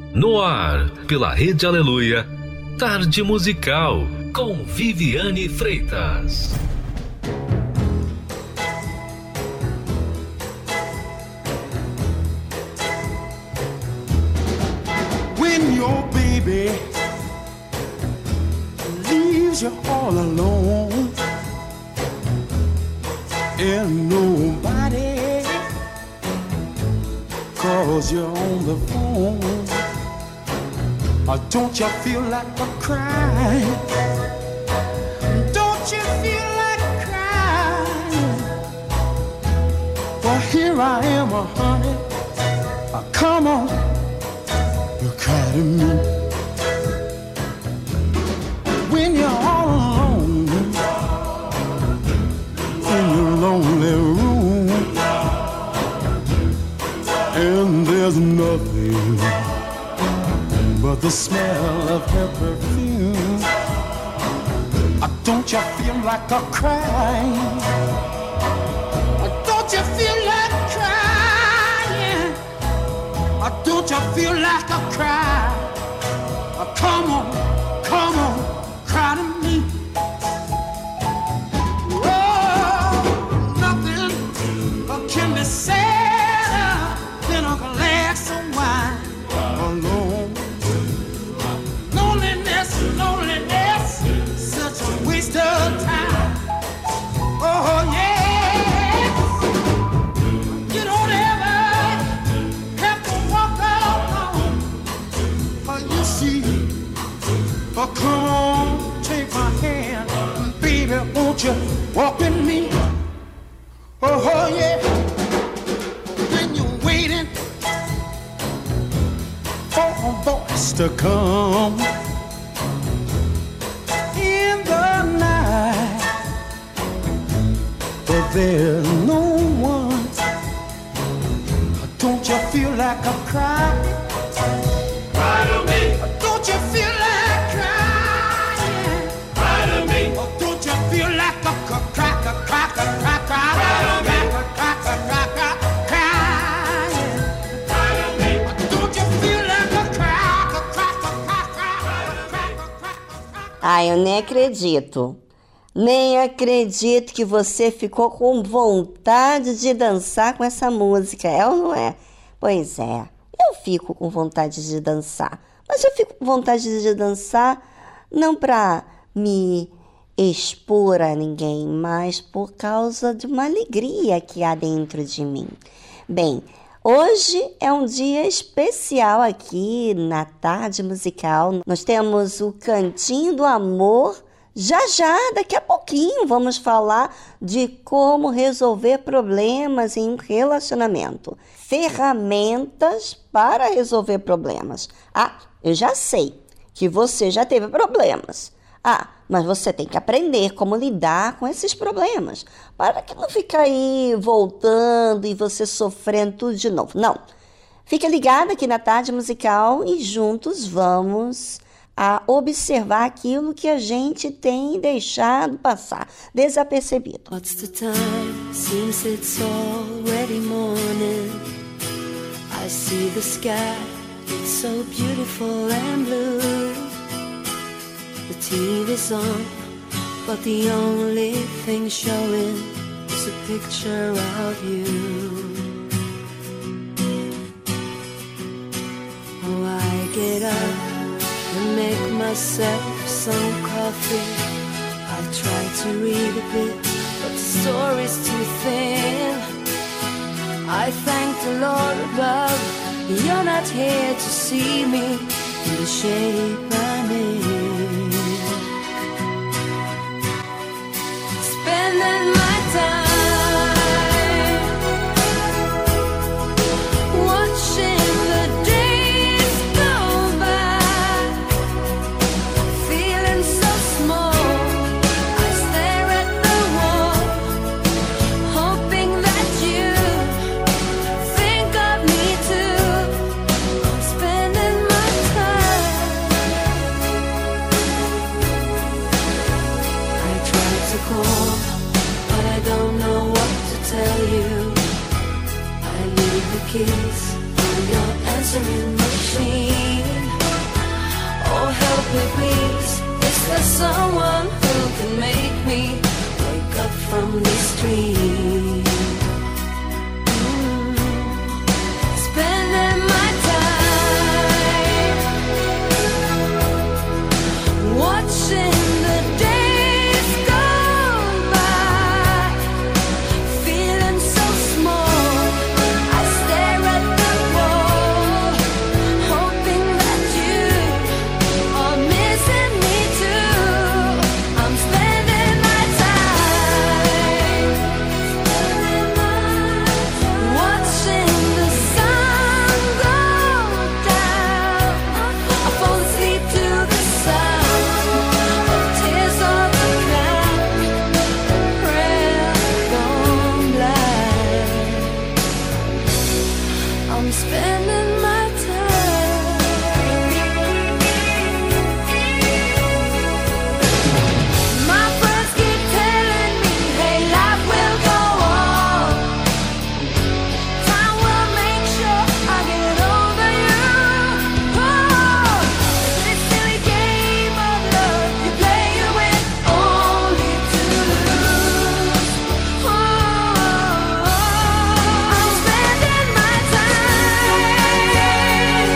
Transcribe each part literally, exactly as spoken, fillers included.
No ar, pela Rede Aleluia, Tarde Musical, com Viviane Freitas. When your baby leaves you all alone and nobody calls you on the phone, or don't you feel like a crying? Don't you feel like crying? Well, here I am, oh, honey. Oh, come on, you cry to me. When you're all alone in your lonely room, and there's nothing but the smell of her perfume. Uh, don't you feel like a crying? Uh, don't you feel like crying? Uh, don't you feel like a cry? Uh, come on, come on, cry to me. Oh, nothing uh, can be sadder than a glass of wine alone. Loneliness, such a waste of time. Oh yeah, you don't ever have to walk alone. Oh, you see, oh come on, take my hand, baby, won't you walk with me? Oh, oh yeah, when you're waiting for a voice to come there's no one. Don't you feel like a cry? Cry to me. Don't you feel like crying? Cry to me. Don't you feel like a cry, cry, cry, cry, cry, cry, cry to me. Cry, cry, cry, cry, crying. Cry to me. Don't you feel like a cry, cry, cry, cry, cry, cry. Ai, eu nem acredito. Nem acredito que você ficou com vontade de dançar com essa música, é ou não é? Pois é, eu fico com vontade de dançar, mas eu fico com vontade de dançar não para me expor a ninguém, mas por causa de uma alegria que há dentro de mim. Bem, hoje é um dia especial aqui na Tarde Musical. Nós temos o Cantinho do Amor. Já, já, daqui a pouquinho vamos falar de como resolver problemas em um relacionamento. Ferramentas para resolver problemas. Ah, eu já sei que você já teve problemas. Ah, mas você tem que aprender como lidar com esses problemas. Para que não ficar aí voltando e você sofrendo tudo de novo. Não. Fica ligado aqui na Tarde Musical e juntos vamos a observar aquilo que a gente tem deixado passar, desapercebido. What's the time? Seems it's already morning. I see the sky, it's so beautiful and blue. The T V's on, but the only thing showing is a picture of you. Oh, I get up and make myself some coffee. I try to read a bit, but the story's too thin. I thank the Lord above, you're not here to see me in the shape I'm in. Spending my time watching the days go by, feeling so small. I stare at the wall, hoping that you think of me too. I'm spending my time. I try to call, but I don't know what to tell you. I leave the keys on your answering machine. someone who can make me wake up from this dream. Mm. Spending my time watching the days go by, feeling so small. I stare at the wall, hoping that you are missing me too. I'm spending my time watching the sun go down. I fall asleep to the sound of tears on the ground, prayer gone blind. I'm spending my time. My friends keep telling me, hey, life will go on. Time will make sure I get over you. Oh, this silly game of love, you play it with only to lose. Oh, I'm spending my time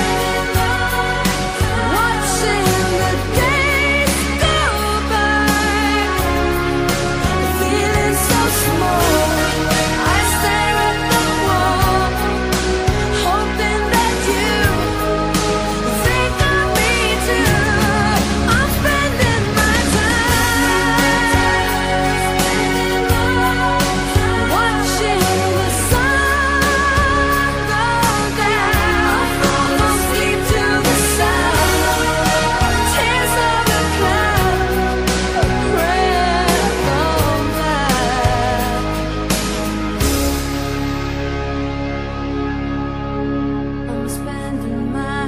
watching the days go by, feeling so small. I stare at the wall, hoping that you think of me too. I'm spending my time watching the sun go down. Fall asleep to the sound of tears of a cloud, a prayer gone blind. I'm spending my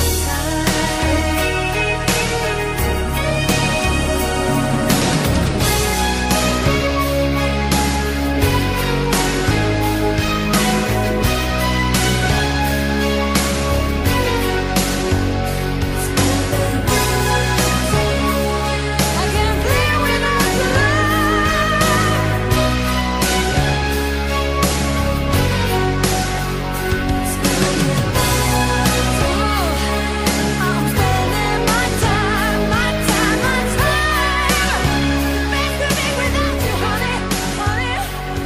I can't live without your I'm spending my time, my time, my time. Make me big without you, honey, honey.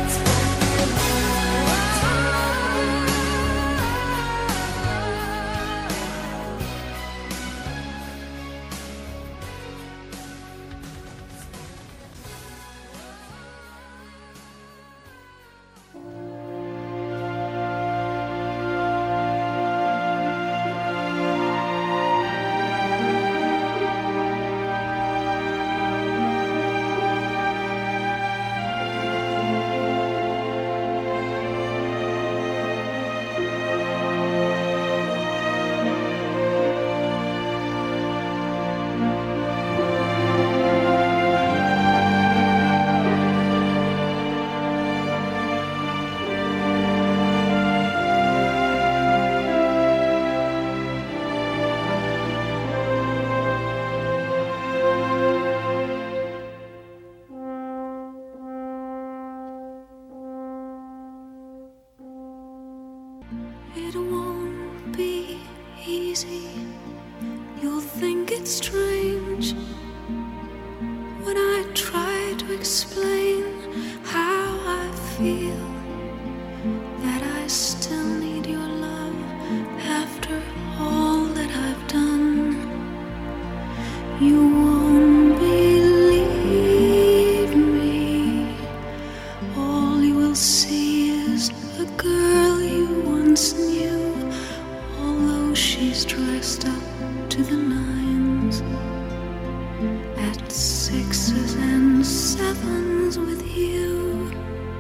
It won't be easy. You'll think it's strange when I try to explain how I feel, that I still need your love after all that I've done. You won't believe me. All you will see is a girl you once knew, although she's dressed up to the nines, at sixes and sevens with you.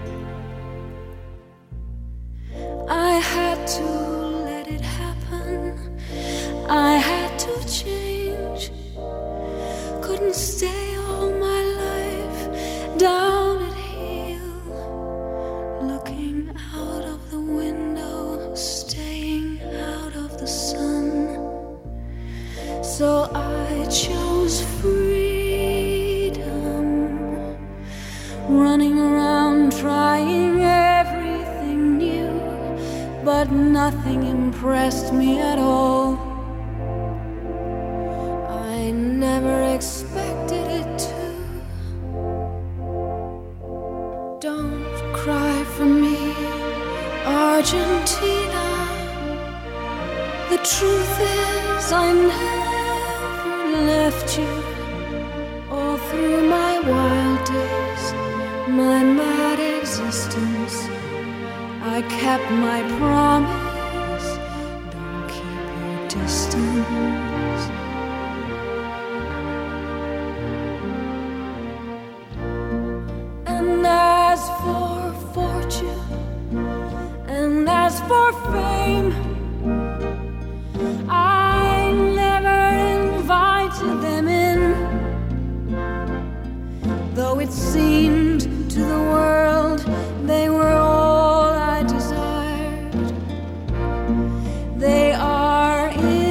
I had to let it happen. I had to change. Couldn't stay all my life down at heel, looking out of the window, staying out of the sun. So I chose free. nothing impressed me at all. I never expected it to. Don't cry for me, Argentina. The truth is I never left you. All through my wild days, my mad existence, I kept my promise. Don't keep your distance. And as for fortune, and as for fame, I never invited them in. Though it seemed to the world they were all I desired, they are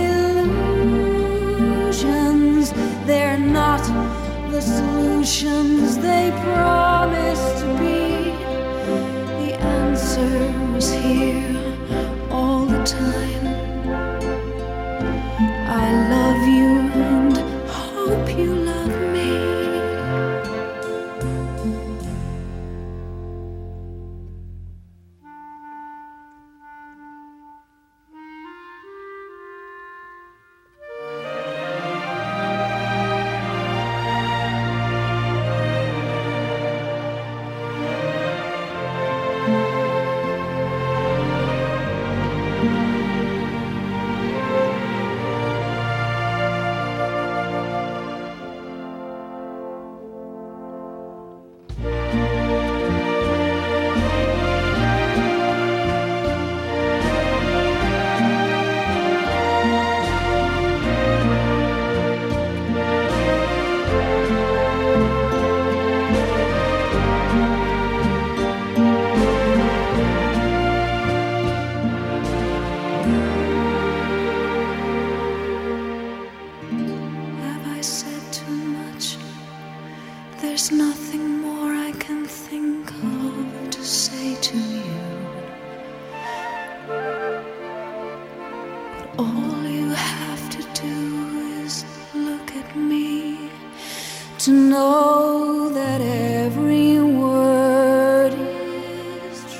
illusions. They're not the solutions they promised to be. The answer is here all the time. I love you and hope you love me. There's nothing more I can think of to say to you, but all you have to do is look at me to know that every word is true.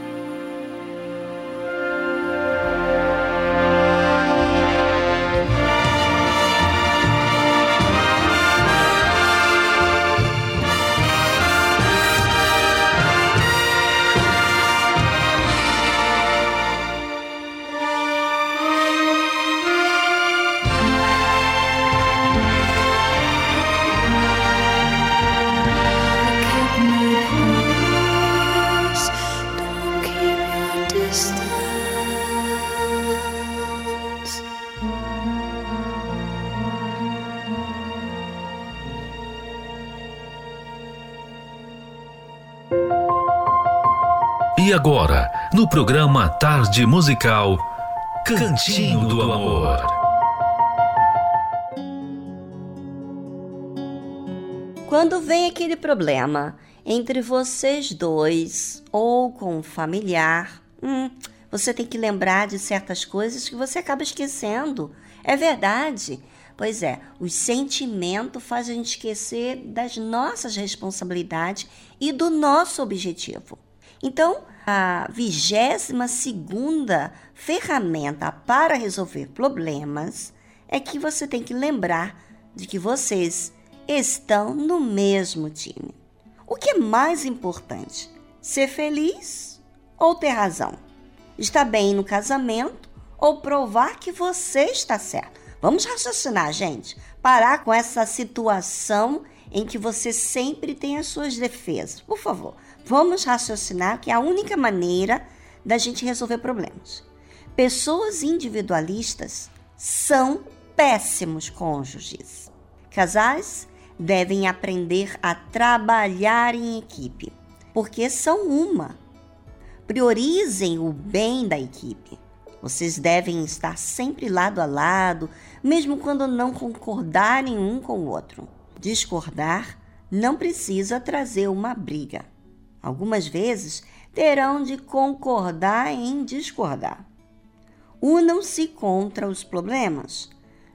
E agora, no programa Tarde Musical, Cantinho do Amor. Quando vem aquele problema entre vocês dois ou com um familiar, hum, você tem que lembrar de certas coisas que você acaba esquecendo. É verdade. Pois é, o sentimento faz a gente esquecer das nossas responsabilidades e do nosso objetivo. Então, a vigésima segunda ferramenta para resolver problemas é que você tem que lembrar de que vocês estão no mesmo time. O que é mais importante? Ser feliz ou ter razão? Estar bem no casamento ou provar que você está certo? Vamos raciocinar, gente. Parar com essa situação em que você sempre tem as suas defesas. Por favor, vamos raciocinar que é a única maneira da gente resolver problemas. Pessoas individualistas são péssimos cônjuges. Casais devem aprender a trabalhar em equipe, porque são uma. Priorizem o bem da equipe. Vocês devem estar sempre lado a lado, mesmo quando não concordarem um com o outro. Discordar não precisa trazer uma briga. Algumas vezes terão de concordar em discordar. Unam-se contra os problemas.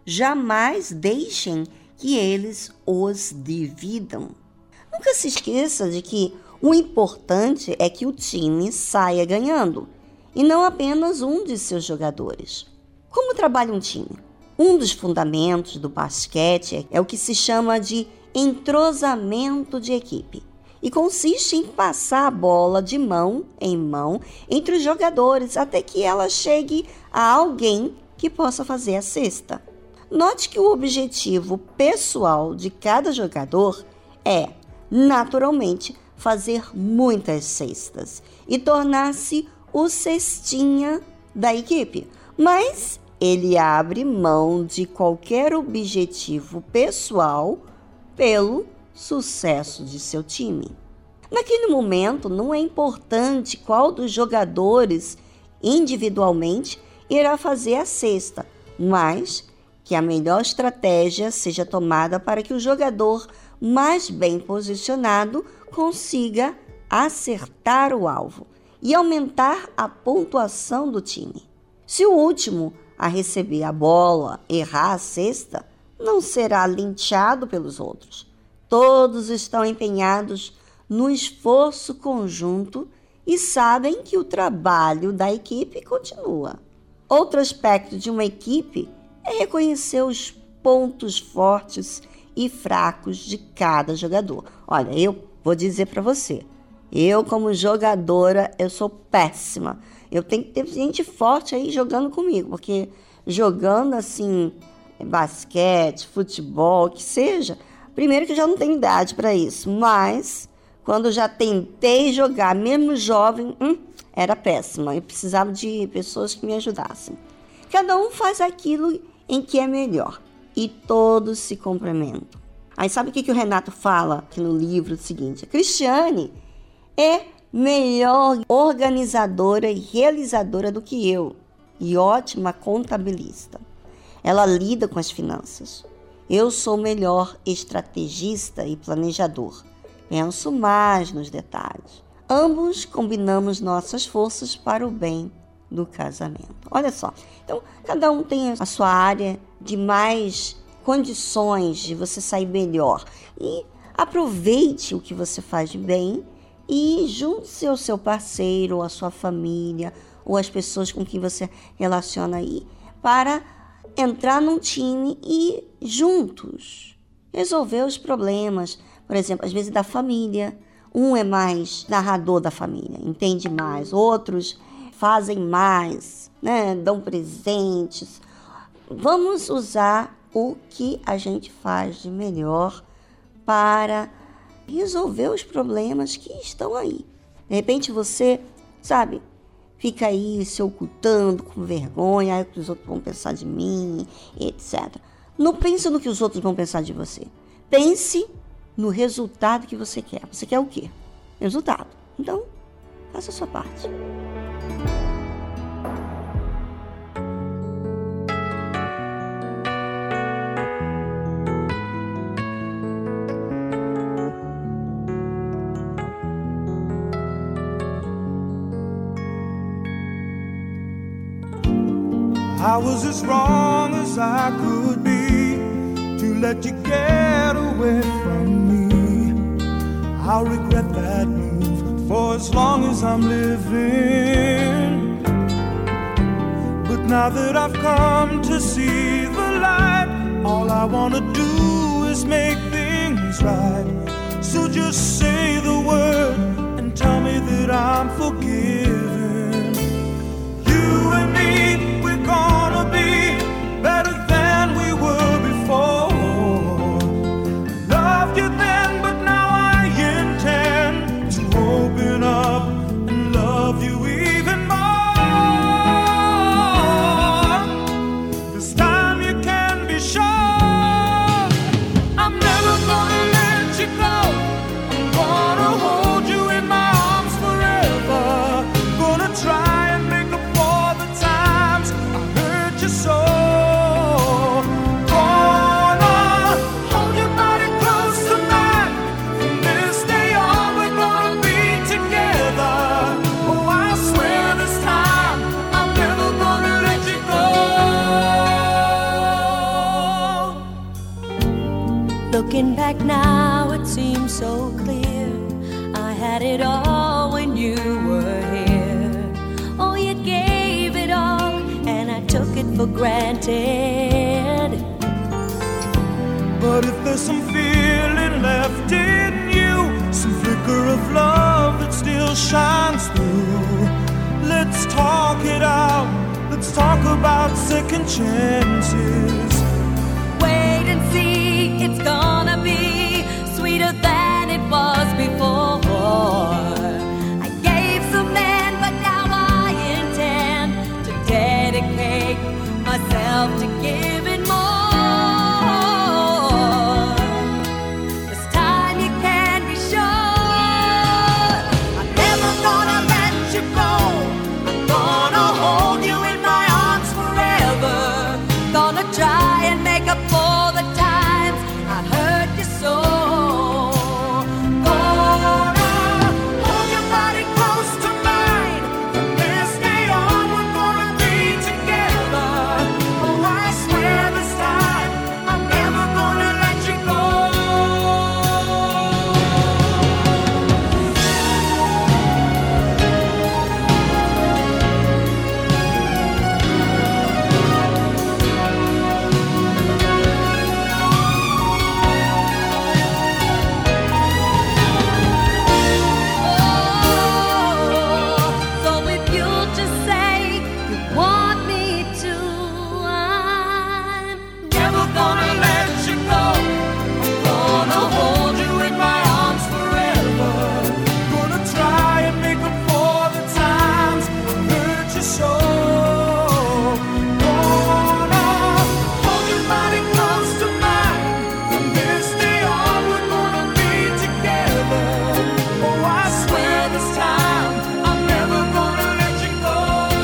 Jamais deixem que eles os dividam. Nunca se esqueça de que o importante é que o time saia ganhando, e não apenas um de seus jogadores. Como trabalha um time? Um dos fundamentos do basquete é o que se chama de entrosamento de equipe, e consiste em passar a bola de mão em mão entre os jogadores até que ela chegue a alguém que possa fazer a cesta. Note que o objetivo pessoal de cada jogador é, naturalmente, fazer muitas cestas e tornar-se o cestinha da equipe, mas ele abre mão de qualquer objetivo pessoal pelo sucesso de seu time. Naquele momento, não é importante qual dos jogadores individualmente irá fazer a cesta, mas que a melhor estratégia seja tomada para que o jogador mais bem posicionado consiga acertar o alvo e aumentar a pontuação do time. Se o último a receber a bola errar a cesta, não será linchado pelos outros. Todos estão empenhados no esforço conjunto e sabem que o trabalho da equipe continua. Outro aspecto de uma equipe é reconhecer os pontos fortes e fracos de cada jogador. Olha, eu vou dizer para você, eu como jogadora, eu sou péssima. Eu tenho que ter gente forte aí jogando comigo, porque jogando assim, basquete, futebol, que seja, primeiro que eu já não tenho idade para isso, mas quando eu já tentei jogar, mesmo jovem, hum, era péssima. Eu precisava de pessoas que me ajudassem. Cada um faz aquilo em que é melhor e todos se complementam. Aí sabe o que, que o Renato fala aqui no livro? O seguinte: a Cristiane é melhor organizadora e realizadora do que eu e ótima contabilista. Ela lida com as finanças. Eu sou melhor estrategista e planejador. Penso mais nos detalhes. Ambos combinamos nossas forças para o bem do casamento. Olha só. Então, cada um tem a sua área de mais condições de você sair melhor. E aproveite o que você faz de bem e junte-se ao seu parceiro, ou à sua família, ou às pessoas com quem você relaciona aí, para entrar num time e juntos resolver os problemas. Por exemplo, às vezes da família, um é mais narrador da família, entende mais, outros fazem mais, né? Dão presentes. Vamos usar o que a gente faz de melhor para resolver os problemas que estão aí. De repente você, sabe, fica aí se ocultando com vergonha, aí o que os outros vão pensar de mim, etcétera. Não pense no que os outros vão pensar de você. Pense no resultado que você quer. Você quer o quê? Resultado. Então, faça a sua parte. I was as wrong as I could be to let you get away from me. I'll regret that move for as long as I'm living. But now that I've come to see the light, all I wanna do is make things right. So just say the word and tell me that I'm forgiven. You and me, we're gonna be better than we were before. Loved you then, but now I intend to open up and love you even more. This time you can be sure I'm never gonna let you go. I'm gonna hold you in my arms forever. Gonna try and make up for the times I hurt you so. Gonna hold your body close tonight. From this day on we're gonna be together. Oh, I swear this time I'm never gonna let you Looking back now, it seems so clear. I had it all when you were here. Oh, you gave it all, and I took it for granted. But if there's some feeling left in you, some flicker of love that still shines through, let's talk it out. Let's talk about second chances. Wait and see, it's gonna be sweeter than it was before. I gave some then, but now I intend to dedicate myself to giving more. This time you can be sure I'm never gonna let you go. I'm gonna hold you in my arms forever. Gonna try and make up for the times I hurt you so. Gonna hold your body close to mine. From this day on, we're gonna be together. Oh, I swear this time I'm never gonna let you go. So if you'll just say you want me to, I'm never gonna let you go. I'm gonna hold you in my arms forever. Gonna try and make up for the times I hurt you so. Gonna hold your body close to mine. From this day on, we're gonna be together. Oh, I swear this time I'm never gonna let you go.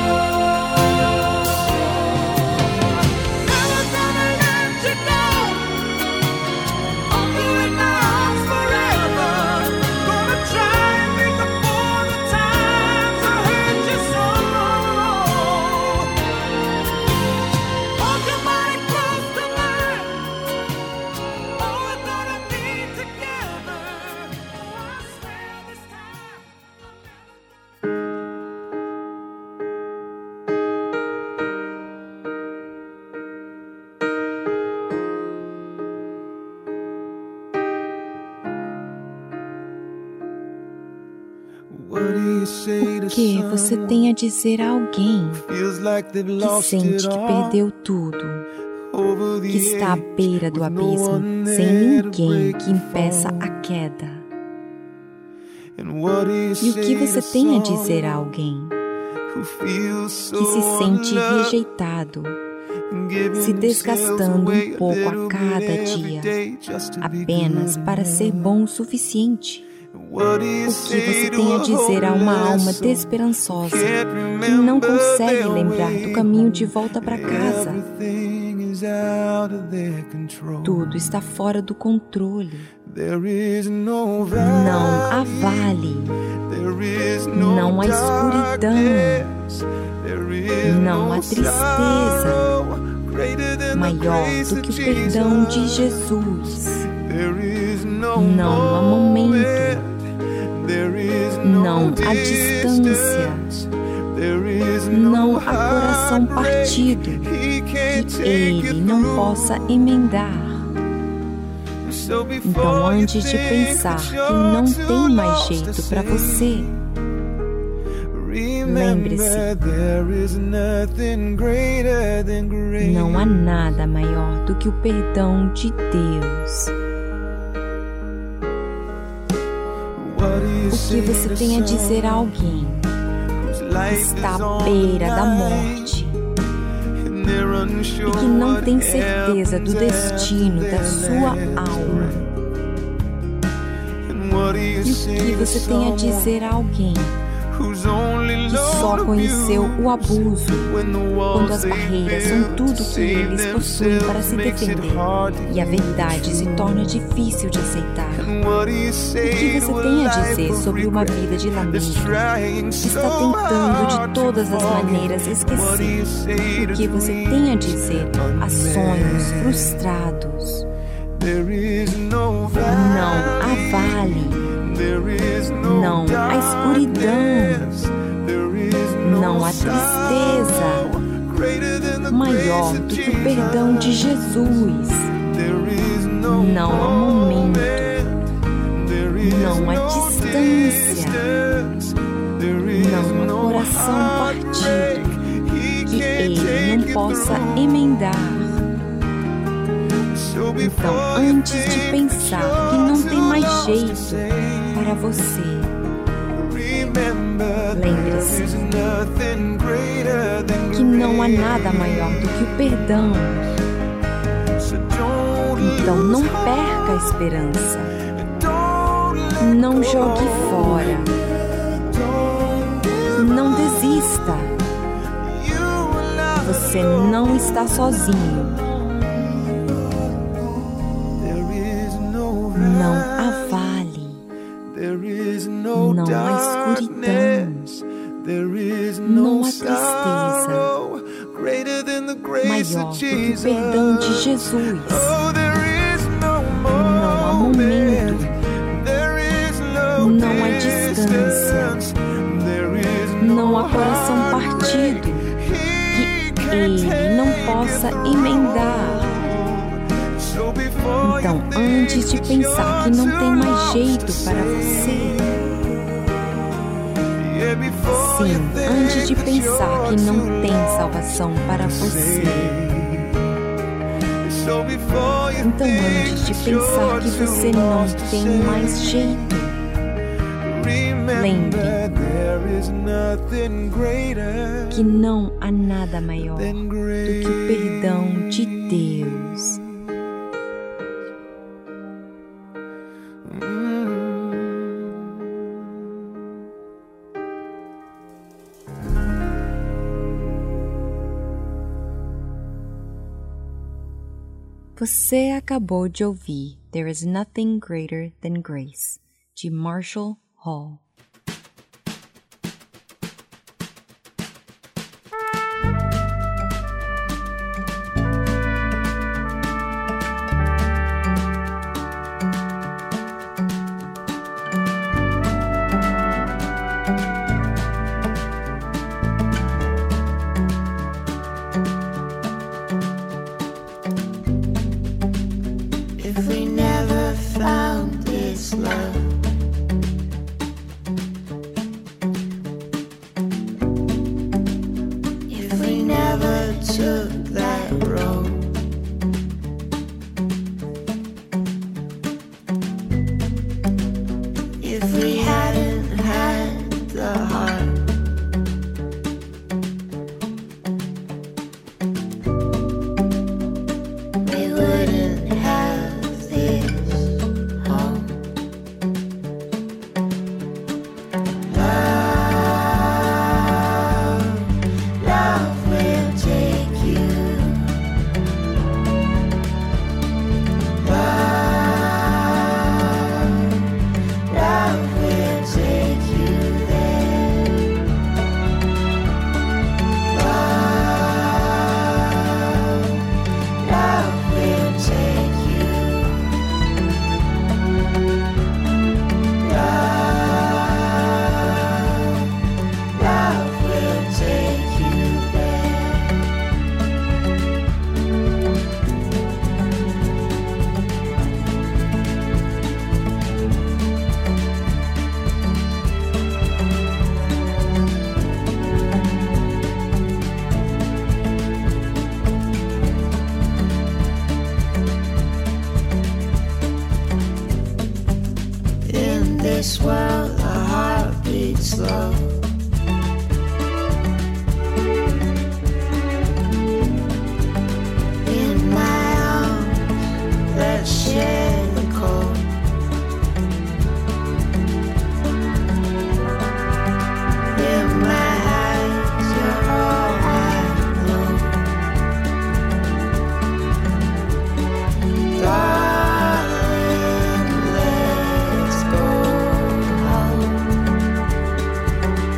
Never gonna let you go. Hold you in my arms forever. Gonna try and make up for the times I hurt you so. Hold your body close to mine. Oh, we're gonna be together. Oh, I swear this time. What do you say O to que você someone tem a dizer a alguém feels like they've que lost sente it que all perdeu tudo, over the que está à edge, beira do with no abismo, one sem there to ninguém break que you impeça fall? a queda? And what do you E o say que você to tem a dizer a someone alguém who feels so que se sente unloved, rejeitado, giving se themselves desgastando away um a pouco little a cada bit every dia, day just to be apenas good para ser enough? bom o suficiente? What do you O que say você to tem a a dizer a uma alma hopeless soul desesperançosa can't que não remember consegue their lembrar way do caminho home? de volta para casa? Everything is out of their control. Tudo está fora do controle. There is no Não há valley. vale, There is no não há escuridão, darkness. There is não no há tristeza sorrow greater than the maior grace do que of o perdão de Jesus. Jesus. There is no Não há momento, moment. There is não no há distância, distance. There is não no há coração heartbreak partido He can't que take Ele you não through. possa emendar. So before Então, you antes de think pensar that que you're não too tem mais lost to jeito para save, você, lembre-se, remember there is nothing greater than grace. não há nada maior do que o perdão de Deus. What do you O que say você to tem a dizer a someone alguém whose que life está is à on beira the da line morte and they're unsure e que não what tem certeza do happens destino after da their sua last alma? breath? And what do you E o say que to você tem a someone dizer a alguém who's only que só known conheceu o abuse abuso, when the walls quando as they barreiras são built tudo to que save eles possuem para se themselves makes it defender hard to e a hear verdade the se truth? torna difícil de aceitar? And what do you O say que você to a tem a life dizer of sobre uma regret vida de that's lamento trying que so está tentando hard de todas to as forget? maneiras What do you esquecer? say O to que você tem a dreams dizer a sonhos frustrados Não há vale, não há escuridão, não há tristeza maior do que o perdão de Jesus. Não há momento, não há distância, não há coração partido que Ele não possa emendar. Então, antes de pensar que não tem mais jeito para você, lembre-se que não há nada maior do que o perdão. Então, não perca a esperança. Não jogue fora. Não desista. Você não está sozinho. Não há vale, não há escuridão, não há tristeza maior do que o perdão de Jesus. Não há momento, não há distância, não há coração partido que Ele não possa emendar. Então, antes de pensar que não tem mais jeito para você, sim, antes de pensar que não tem salvação para você, então antes de pensar que você não tem mais jeito, lembre que não há nada maior do que o perdão de Deus. Você acabou de ouvir There is Nothing Greater Than Grace, de Marshall Hall. this world, a heart beats slow. In my arms, let's share the cold. In my eyes, you're all I know. Darling, let's go home.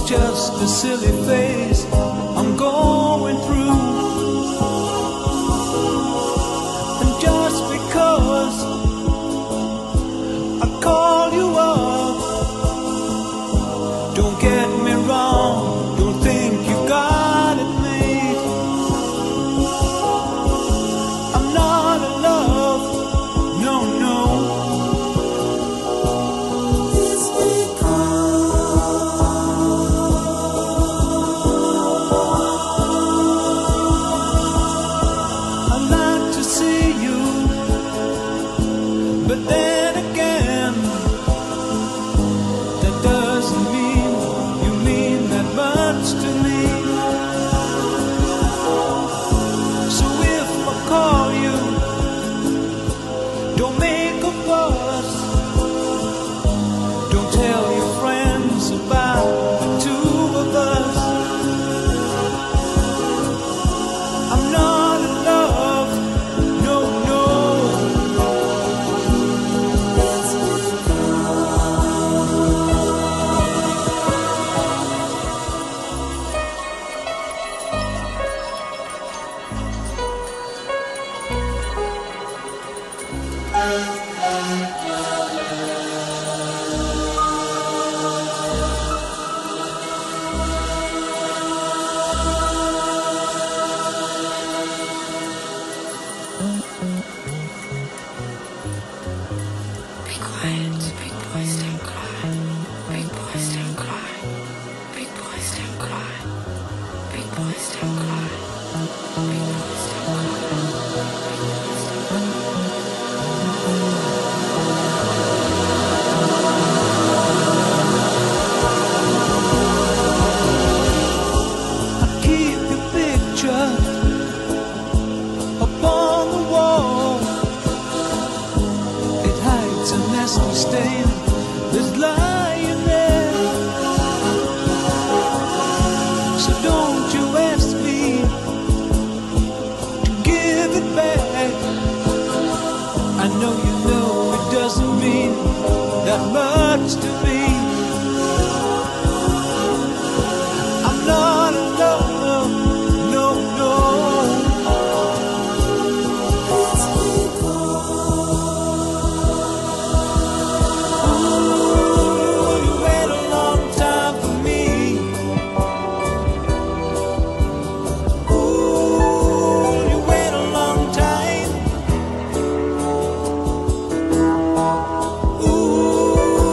just a silly phase I'm going through. And just because I call you up, don't get me wrong, don't think you got it made. I'm not in love, no, no. I'd like to see you, but then again, that doesn't mean you mean that much to me. So if I call you, don't make a fuss, don't tell your friends about the two of us. I'm not in love, no, no. Be quiet, big boys don't cry. Big boys don't cry. Big boys don't cry. Big boys don't cry. Big boys don't I keep your picture upon the wall. It hides a nasty stain that's lying there. So don't you ask me to give it back. I know you know it doesn't mean that much to me. I'm not in love, no, no. Ooh, you wait a long time for me. Ooh, you wait a long time. Ooh,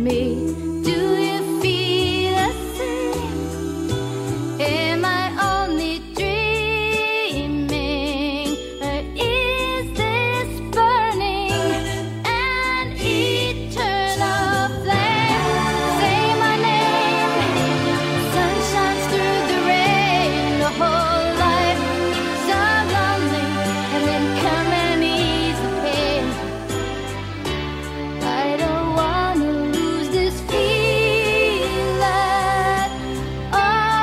me? Do you feel the same? Am I only dreaming? Or is this burning an eternal flame? Say my name. Sun shines through the rain. The whole life so lonely, and then come and ease the pain. I don't wanna lose this feeling. Oh.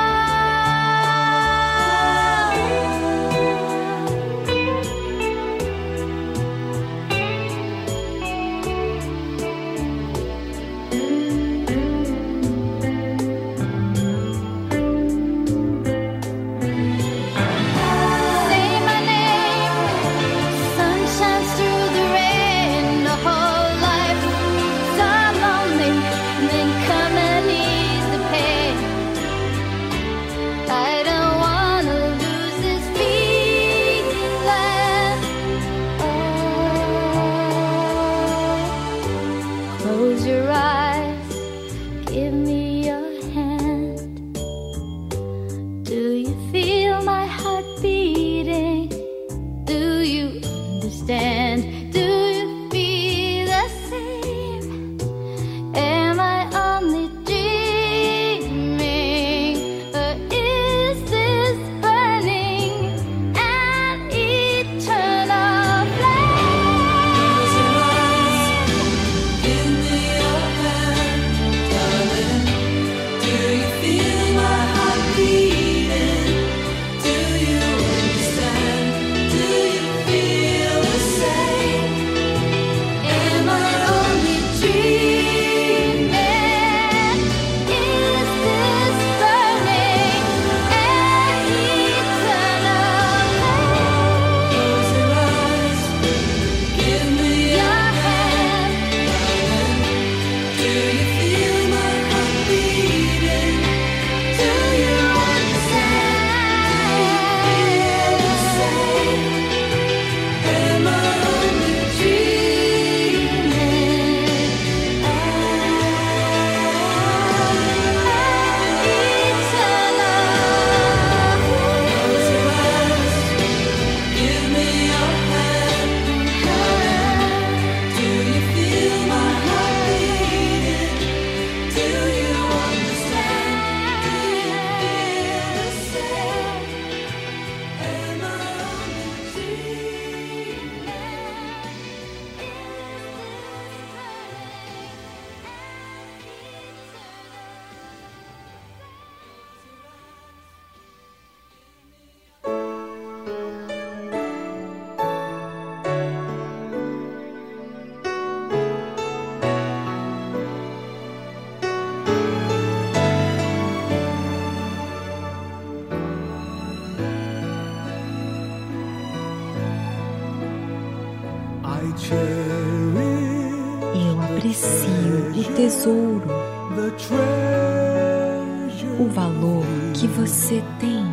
Say my name. Sun shines through the rain. The whole life so lonely, and then come and ease the pain. I don't wanna lose this feeling. Oh. Close your eyes. Give me your hand. Do you feel my heart beating? Do you understand? Do you feel the same? Am I only dreaming? Or is this burning an eternal flame? Give me your hand, darling. Do you feel my heart beating? Do you understand? Do you feel the same? Am I only dreaming? Is this burning an eternal flame? Close your eyes. Give me your hand. Do you feel my heart beating? Do you understand? Do you feel the same? Am I only dreaming? Close your eyes. Give me your hand. Do you feel my heart beating? Do you understand? Do you feel the same? Am I only dreaming? I cherish Eu aprecio o tesouro, the treasure o valor que você tem,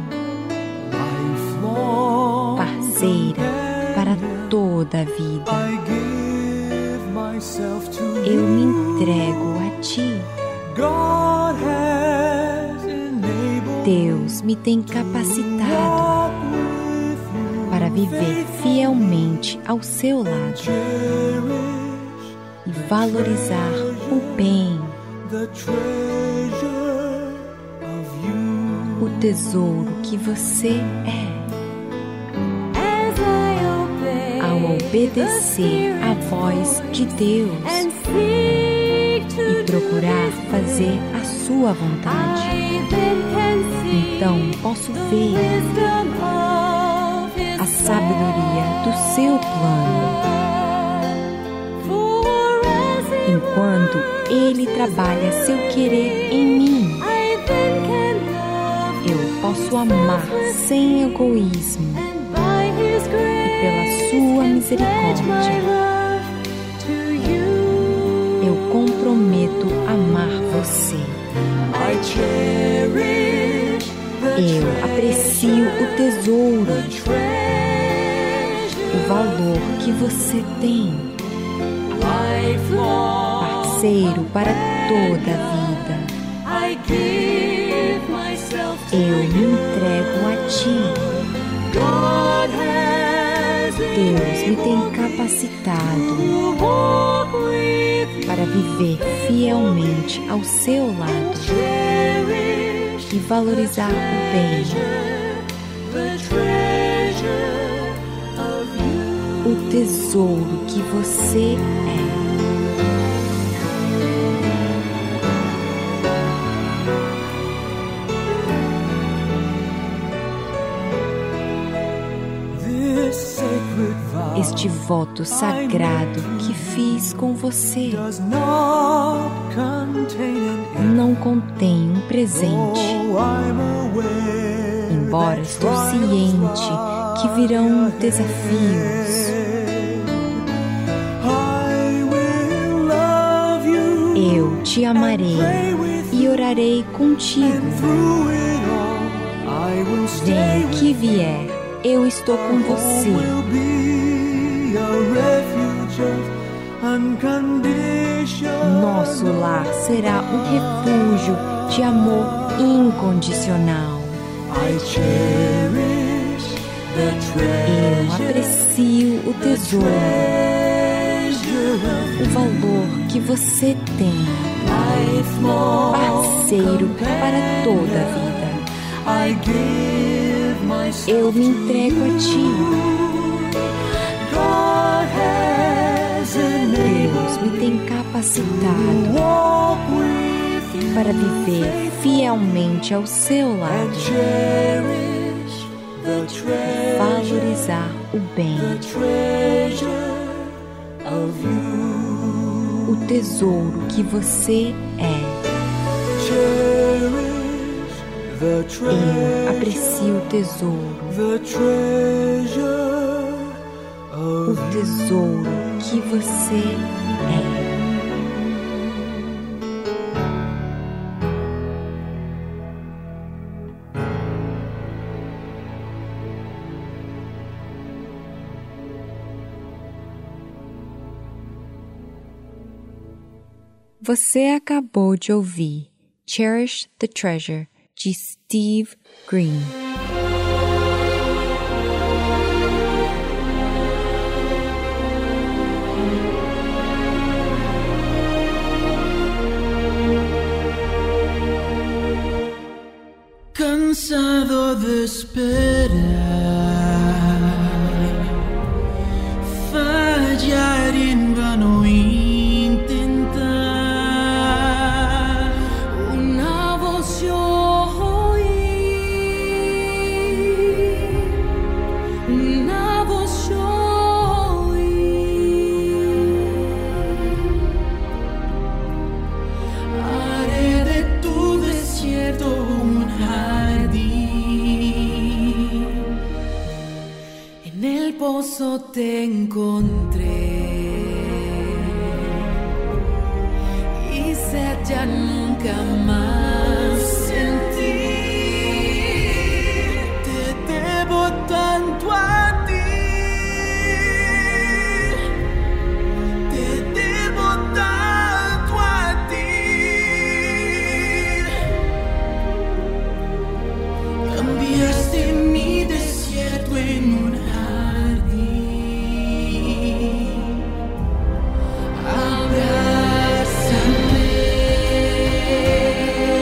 lifelong. parceira para toda a vida. I give myself to Eu me you. entrego a ti. God has enabled Deus me tem capacitado walk with you. para viver fielmente ao seu lado Cherish e valorizar o bem, the treasure of you. o tesouro que você é. As I obey Ao obedecer à voz de Deus and seek to e procurar fazer a sua vontade, I then can see então posso ver wisdom of His a sabedoria do seu plano, For as He enquanto Ele trabalha seu querer em mim. I then can love Eu posso amar sem egoísmo and by His grace pela sua pledge my misericórdia. love to you. Eu comprometo amar você. I cherish the Eu aprecio o tesouro, treasure o valor que você tem, lifelong. parceiro para toda a vida. Eu me entrego a Ti. Deus me tem capacitado para viver fielmente ao Seu lado e valorizar o bem, o tesouro que Você é. Este voto sagrado que fiz com você não contém um presente, embora estou ciente que virão desafios. Eu te amarei e orarei contigo. Venha o que vier, eu estou com você. Nosso lar será um refúgio de amor incondicional. Eu aprecio o tesouro, o valor que você tem, parceiro para toda a vida. Eu me entrego a Ti. Deus me tem capacitado para viver fielmente ao Seu lado, valorizar o bem, o tesouro que Você é. Eu aprecio o tesouro, o tesouro que Você é. Você acabou de ouvir Cherish the Treasure, de Steve Green. Cansado de esperar, fallar en vano intentar, una voz yo oí, una voz yo oí, haré de tu desierto un jardín, en el pozo te encontré y sed ya nunca más sentí. Te debo tanto a ti, te debo tanto a ti. Cambiaste mi desierto en un jardín. Abrázame.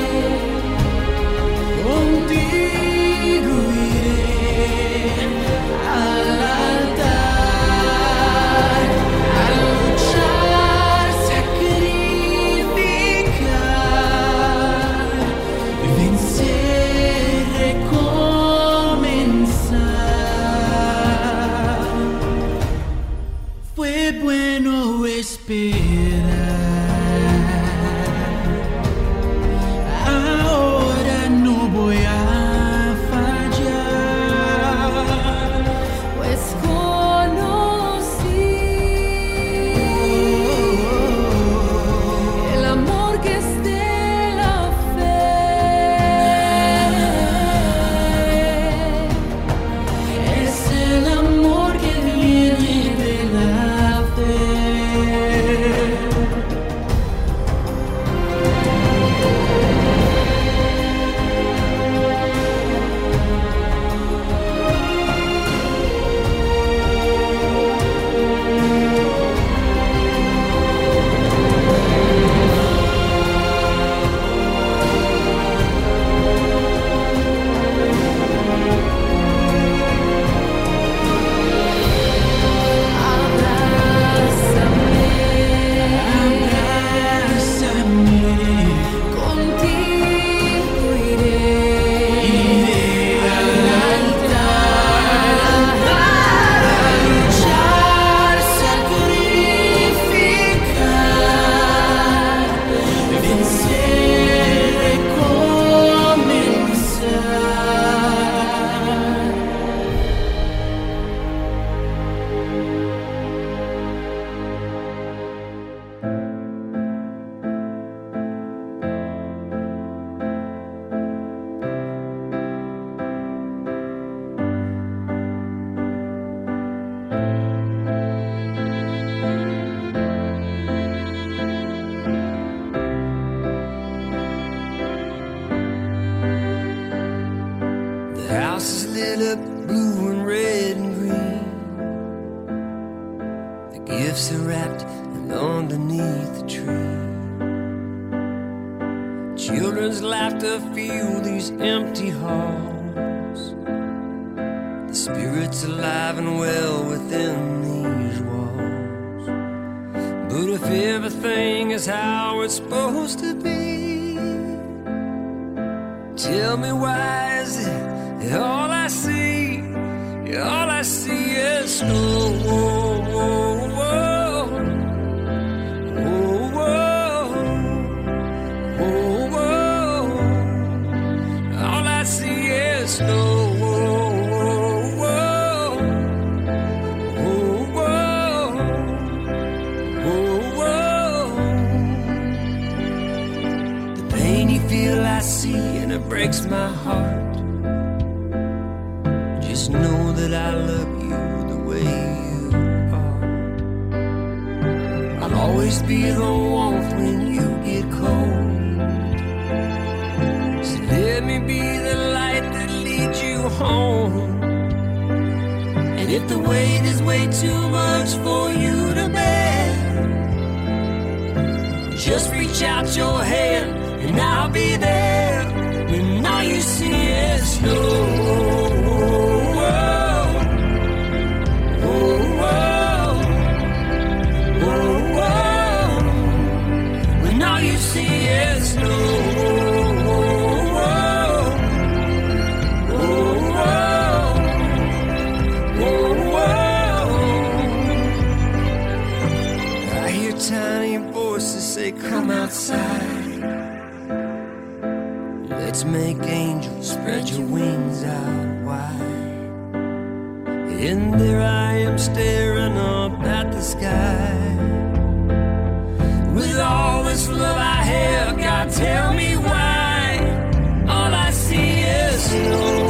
lit up blue and red and green. The gifts are wrapped underneath the tree. Children's laughter fill these empty halls. The spirit's alive and well within these walls. But if everything is how it's supposed to be, tell me why is it that all I see, all I see is snow. Whoa, whoa, whoa. Snow. Whoa, whoa, whoa, whoa, whoa, whoa. The pain you feel I see and it breaks my heart. Just know that I love you the way you are. I'll always be the warmth when you get cold. So let me be the light that leads you home. And if the weight is way too much for you to bear, just reach out your hand and I'll be there. When all you see is snow. When all you see is snow. Come outside. Let's make angels. Spread your wings out wide. And there I am staring up at the sky. With all this love I have, God tell me why all I see is snow.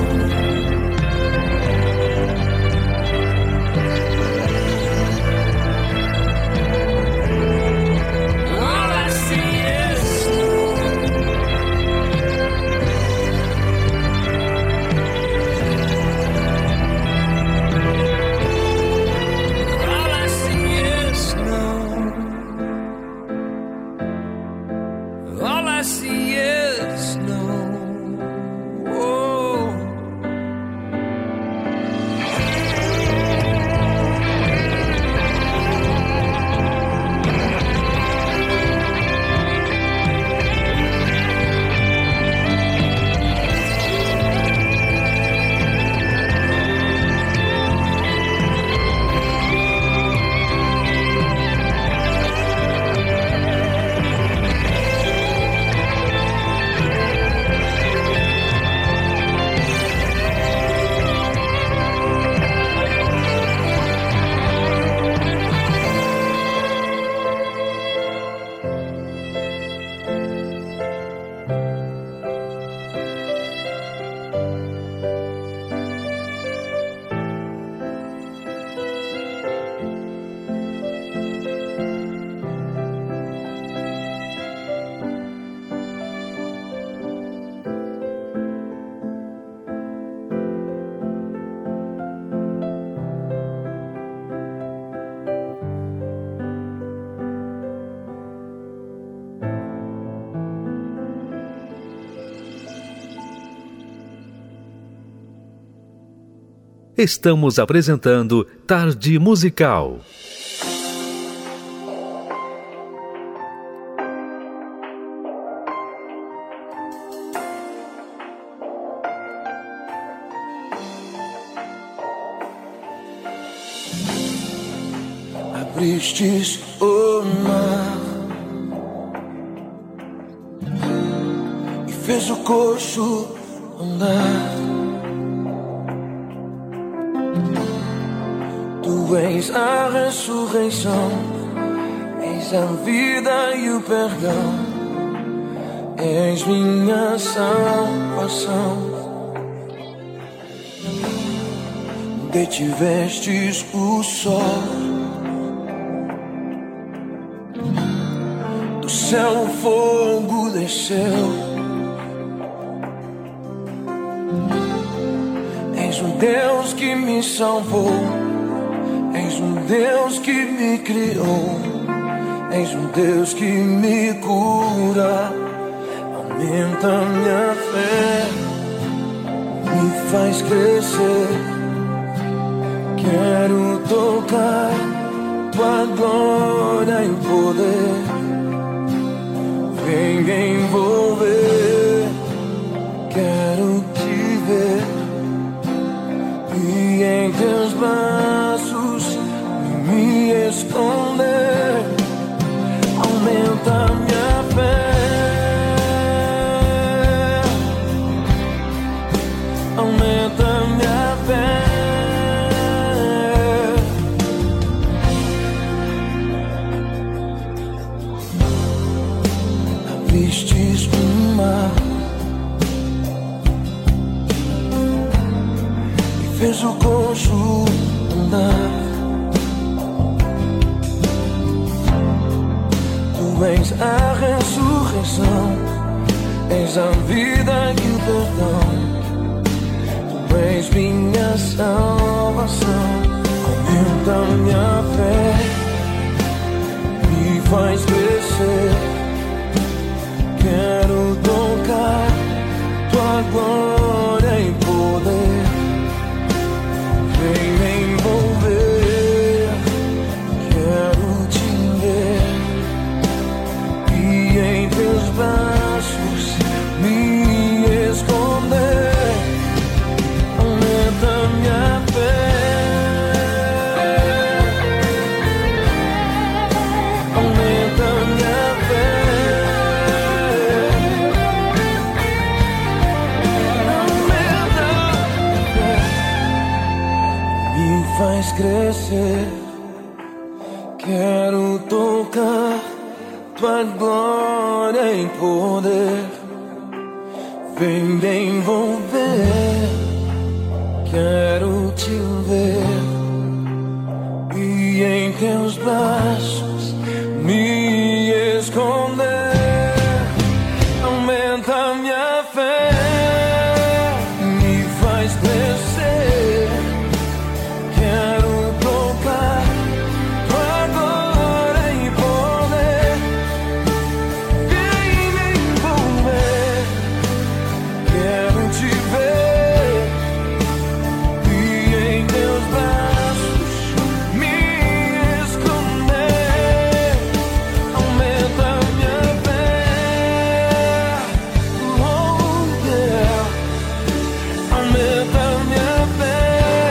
Estamos apresentando Tarde Musical. Abristes o mar e fez o coxo andar. Tu és a ressurreição, és a vida e o perdão, és minha salvação. Detivestes o sol, do céu o fogo desceu. um Deus que me salvou, és um Deus que me criou, és um Deus que me cura. Aumenta minha fé, me faz crescer. Quero tocar tua glória e poder. Vem me envolver, quero te ver, e em teus braços me esconder. Aumenta minha fé, aumenta minha fé. Abristes o mar e fez o coxo andar. Tu és a ressurreição, és a vida e o perdão. Tu és minha salvação. Aumenta minha fé, me faz crescer. Quero tocar tua glória e poder. Vem me envolver, quero te ver, e em teus braços me esconder. Aumenta minha fé, aumenta minha fé. Faz crescer, quero tocar tua glória e poder. Vem me envolver, quero te ver, e em teus braços me esconder. Aumenta minha fé, me faz crescer. Quero tocar tua glória e poder. Vem me envolver, quero te ver, e em teus braços me esconder. Aumenta minha fé, oh yeah. Aumenta minha fé.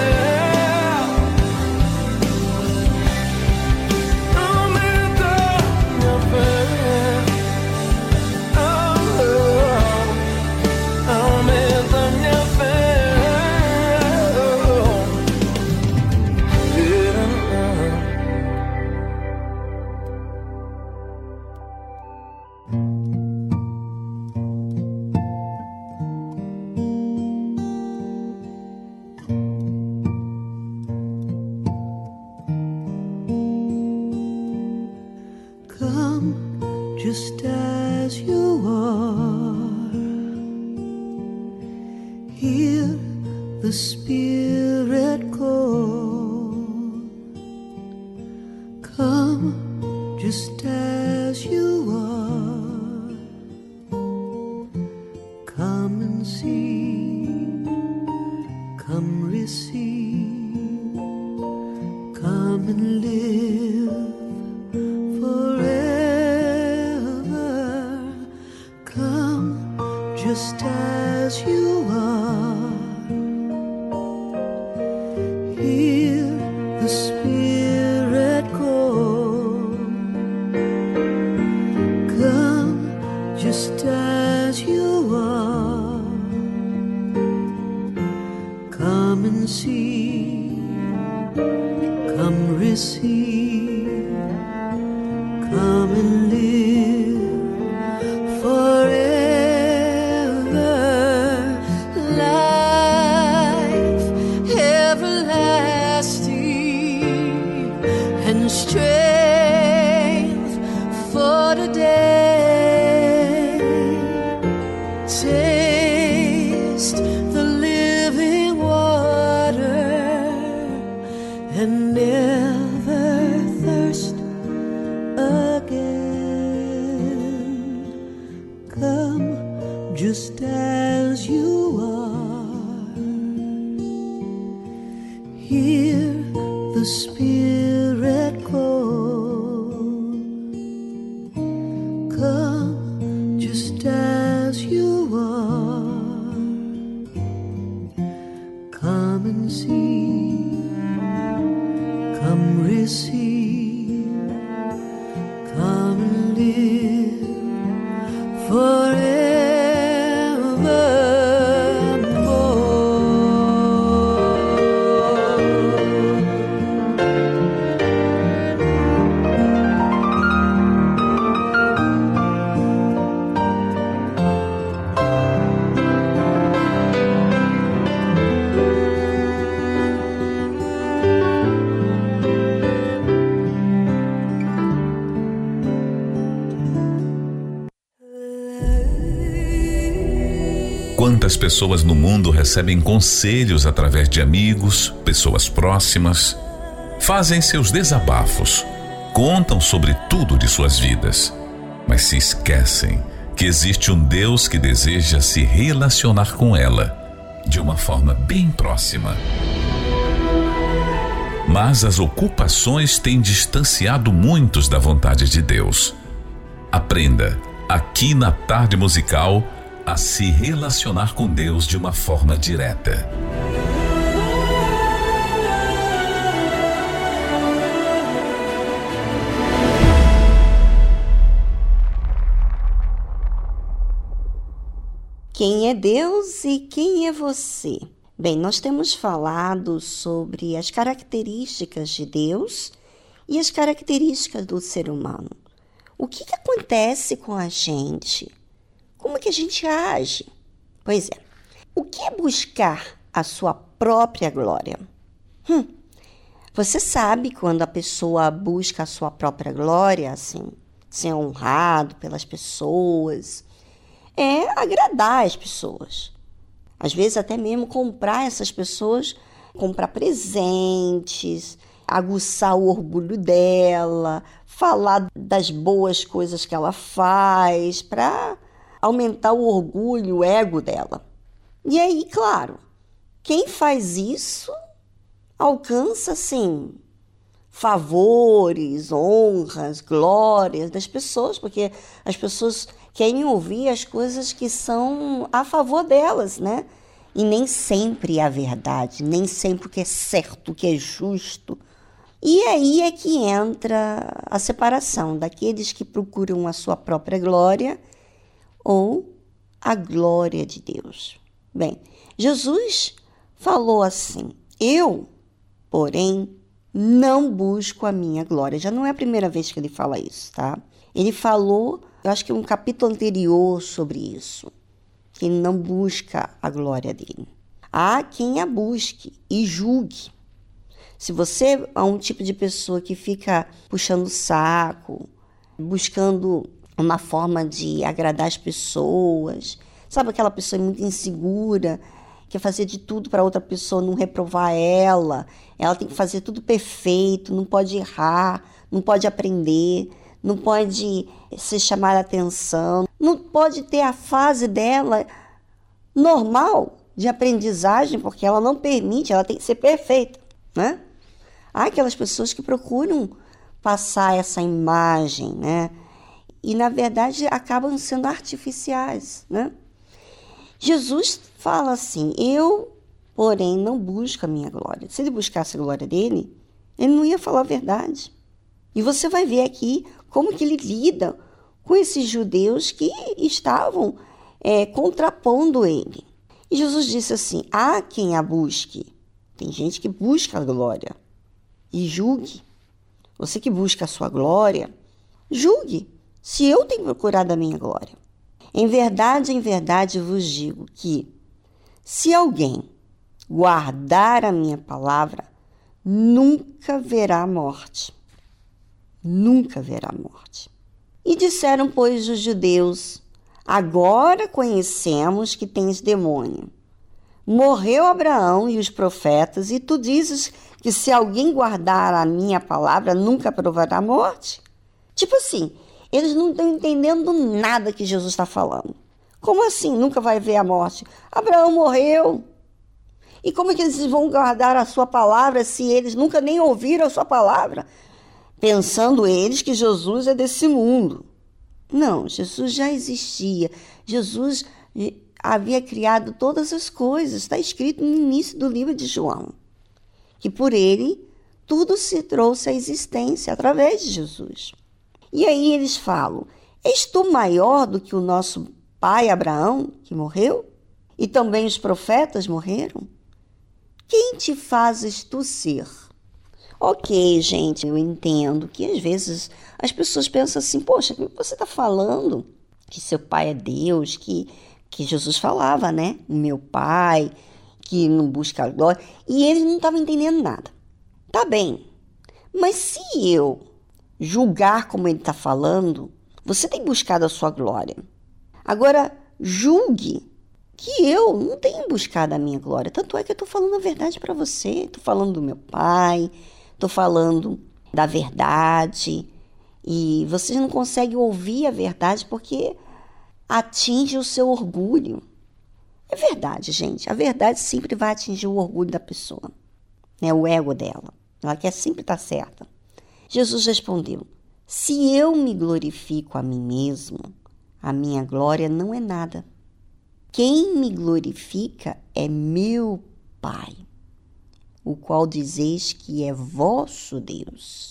Come just as you are. Hear the Spirit call. Come just as you are. Come and see. Come receive. Come and live forever. Come just as you are. Hear the Spirit call. Come just as you are. Come and see. Come receive. Come and live forever. Life everlasting and strength for today. Taste the living water. just as you are. Hear the Spirit call. Come just as you are. Come and see. Come receive. Come and live forever. Quantas pessoas no mundo recebem conselhos através de amigos, pessoas próximas, fazem seus desabafos, contam sobre tudo de suas vidas, mas se esquecem que existe um Deus que deseja se relacionar com ela de uma forma bem próxima. Mas as ocupações têm distanciado muitos da vontade de Deus. Aprenda, aqui na Tarde Musical, a se relacionar com Deus de uma forma direta. Quem é Deus e quem é você? Bem, nós temos falado sobre as características de Deus e as características do ser humano. O que, que acontece com a gente? Como que a gente age? Pois é, o que é buscar a sua própria glória? Hum, você sabe quando a pessoa busca a sua própria glória, assim, ser honrado pelas pessoas, é agradar as pessoas. Às vezes até mesmo comprar essas pessoas, comprar presentes, aguçar o orgulho dela, falar das boas coisas que ela faz, para aumentar o orgulho, o ego dela. E aí, claro, quem faz isso alcança, assim, favores, honras, glórias das pessoas, porque as pessoas querem ouvir as coisas que são a favor delas, né? E nem sempre é a verdade, nem sempre o que é certo, o que é justo. E aí é que entra a separação daqueles que procuram a sua própria glória ou a glória de Deus. Bem, Jesus falou assim: eu, porém, não busco a minha glória. Já não é a primeira vez que ele fala isso, tá? Ele falou, eu acho que um capítulo anterior sobre isso, que ele não busca a glória dele. Há quem a busque e julgue. Se você é um tipo de pessoa que fica puxando o saco, buscando uma forma de agradar as pessoas, sabe aquela pessoa muito insegura, quer fazer de tudo para outra pessoa não reprovar ela, ela tem que fazer tudo perfeito, não pode errar, não pode aprender, não pode ser chamada a atenção, não pode ter a fase dela normal de aprendizagem, porque ela não permite, ela tem que ser perfeita, né? Há aquelas pessoas que procuram passar essa imagem, né? E, na verdade, acabam sendo artificiais, né? Jesus fala assim: eu, porém, não busco a minha glória. Se ele buscasse a glória dele, ele não ia falar a verdade. E você vai ver aqui como que ele lida com esses judeus que estavam é, contrapondo ele. E Jesus disse assim: há quem a busque. Tem gente que busca a glória e julgue. Você que busca a sua glória, julgue se eu tenho procurado a minha glória. Em verdade, em verdade vos digo que, se alguém guardar a minha palavra, nunca verá morte. Nunca verá morte. E disseram, pois, os judeus: agora conhecemos que tens demônio. Morreu Abraão e os profetas, e tu dizes que se alguém guardar a minha palavra, nunca provará morte? Tipo assim, eles não estão entendendo nada que Jesus está falando. Como assim nunca vai ver a morte? Abraão morreu. E como é que eles vão guardar a sua palavra se eles nunca nem ouviram a sua palavra? Pensando eles que Jesus é desse mundo. Não, Jesus já existia. Jesus havia criado todas as coisas. Está escrito no início do livro de João. Que por ele tudo se trouxe à existência através de Jesus. E aí eles falam, és tu maior do que o nosso pai Abraão, que morreu? E também os profetas morreram? Quem te fazes tu ser? Ok, gente, eu entendo que às vezes as pessoas pensam assim, poxa, você está falando que seu pai é Deus, que, que Jesus falava, né? O meu pai, que não busca a glória. E eles não estavam entendendo nada. Tá bem, mas se eu julgar como ele está falando, você tem buscado a sua glória. Agora, julgue que eu não tenho buscado a minha glória. Tanto é que eu estou falando a verdade para você. Estou falando do meu pai, estou falando da verdade. E vocês não conseguem ouvir a verdade porque atinge o seu orgulho. É verdade, gente. A verdade sempre vai atingir o orgulho da pessoa, né? O ego dela. Ela quer sempre estar certa. Jesus respondeu, se eu me glorifico a mim mesmo, a minha glória não é nada. Quem me glorifica é meu Pai, o qual dizeis que é vosso Deus.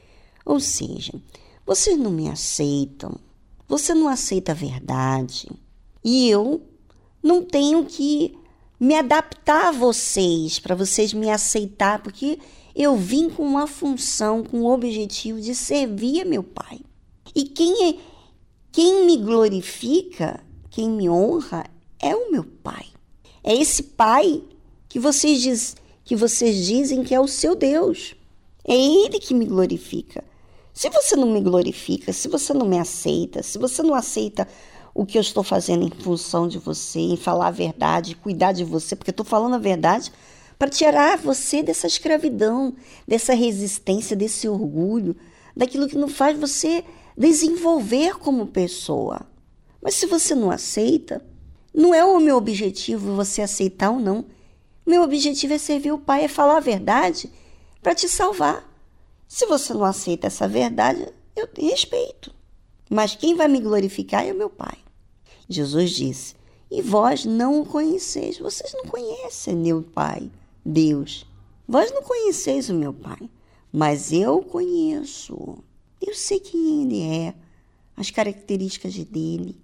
Ou seja, vocês não me aceitam, você não aceita a verdade, e eu não tenho que me adaptar a vocês, para vocês me aceitar, porque eu vim com uma função, com o objetivo de servir a meu Pai. E quem, é, quem me glorifica, quem me honra, é o meu Pai. É esse Pai que vocês, diz, que vocês dizem que é o seu Deus. É Ele que me glorifica. Se você não me glorifica, se você não me aceita, se você não aceita o que eu estou fazendo em função de você, em falar a verdade, cuidar de você, porque eu estou falando a verdade para tirar você dessa escravidão, dessa resistência, desse orgulho, daquilo que não faz você desenvolver como pessoa. Mas se você não aceita, não é o meu objetivo você aceitar ou não. Meu objetivo é servir o Pai, é falar a verdade para te salvar. Se você não aceita essa verdade, eu te respeito. Mas quem vai me glorificar é o meu Pai. Jesus disse, e vós não o conheceis. Vocês não conhecem meu Pai, Deus. Vós não conheceis o meu Pai, mas eu o conheço. Eu sei quem Ele é, as características dele.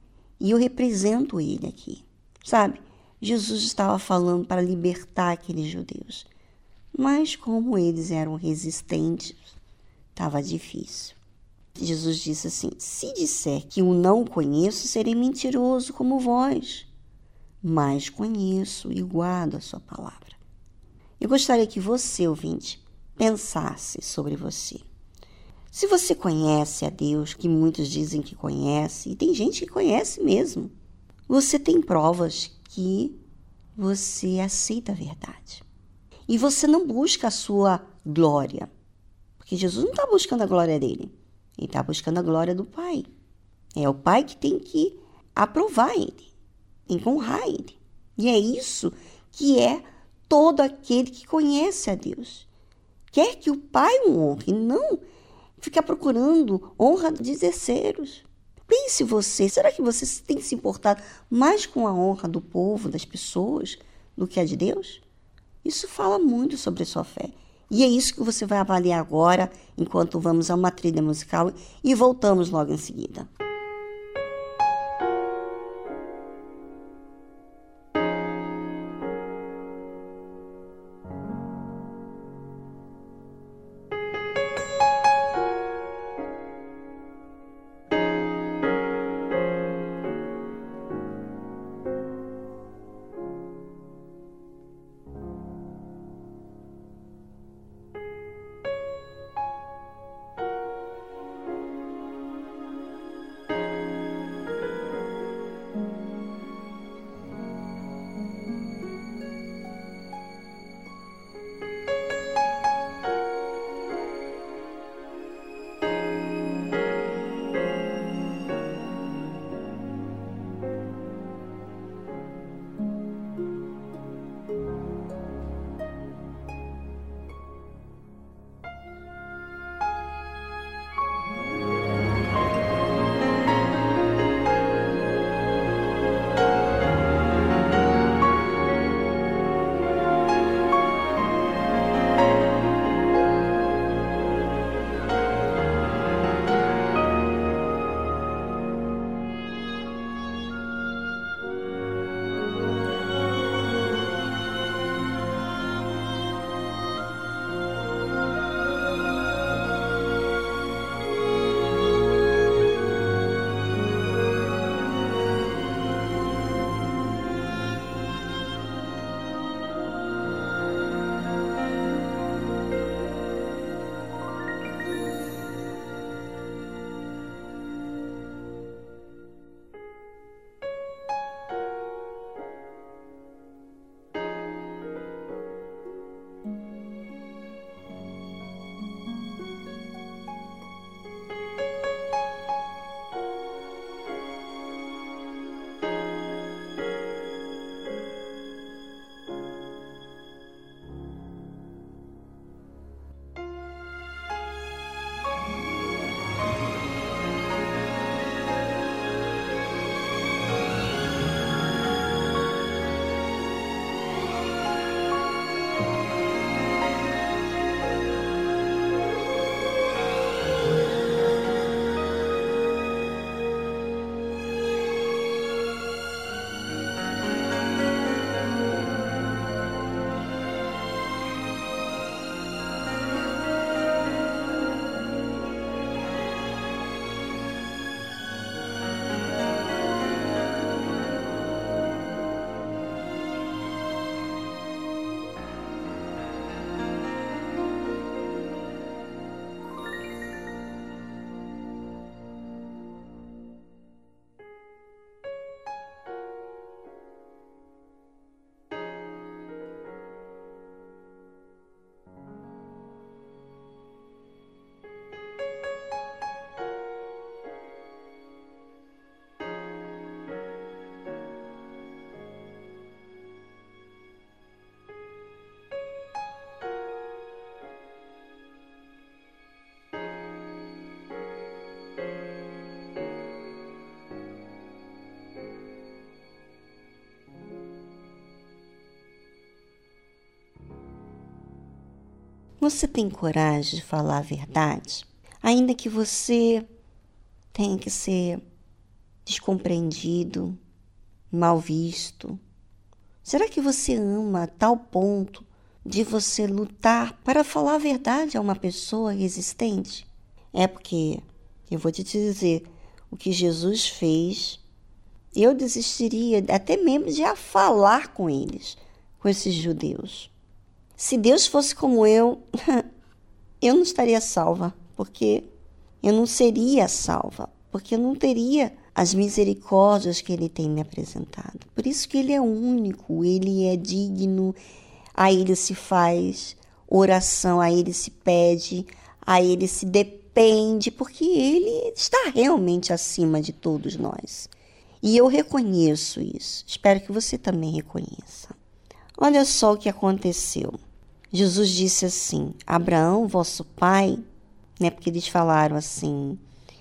E eu represento Ele aqui, sabe? Jesus estava falando para libertar aqueles judeus. Mas como eles eram resistentes, estava difícil. Jesus disse assim, se disser que o não conheço, serei mentiroso como vós. Mas conheço e guardo a sua palavra. Eu gostaria que você, ouvinte, pensasse sobre você. Se você conhece a Deus, que muitos dizem que conhece, e tem gente que conhece mesmo, você tem provas que você aceita a verdade. E você não busca a sua glória, porque Jesus não está buscando a glória dele, ele está buscando a glória do Pai. É o Pai que tem que aprovar ele, tem que honrar ele. E é isso que é todo aquele que conhece a Deus. Quer que o Pai o honre, não ficar procurando honra de terceiros. Pense você, será que você tem se importado mais com a honra do povo, das pessoas, do que a de Deus? Isso fala muito sobre a sua fé. E é isso que você vai avaliar agora, enquanto vamos a uma trilha musical e voltamos logo em seguida. Você tem coragem de falar a verdade? Ainda que você tenha que ser descompreendido, mal visto. Será que você ama a tal ponto de você lutar para falar a verdade a uma pessoa existente? É porque, eu vou te dizer, o que Jesus fez, eu desistiria até mesmo de a falar com eles, com esses judeus. Se Deus fosse como eu, eu não estaria salva, porque eu não seria salva, porque eu não teria as misericórdias que Ele tem me apresentado. Por isso que Ele é único, Ele é digno, a Ele se faz oração, a Ele se pede, a Ele se depende, porque Ele está realmente acima de todos nós. E eu reconheço isso, espero que você também reconheça. Olha só o que aconteceu. Jesus disse assim, Abraão, vosso pai, né, porque eles falaram assim,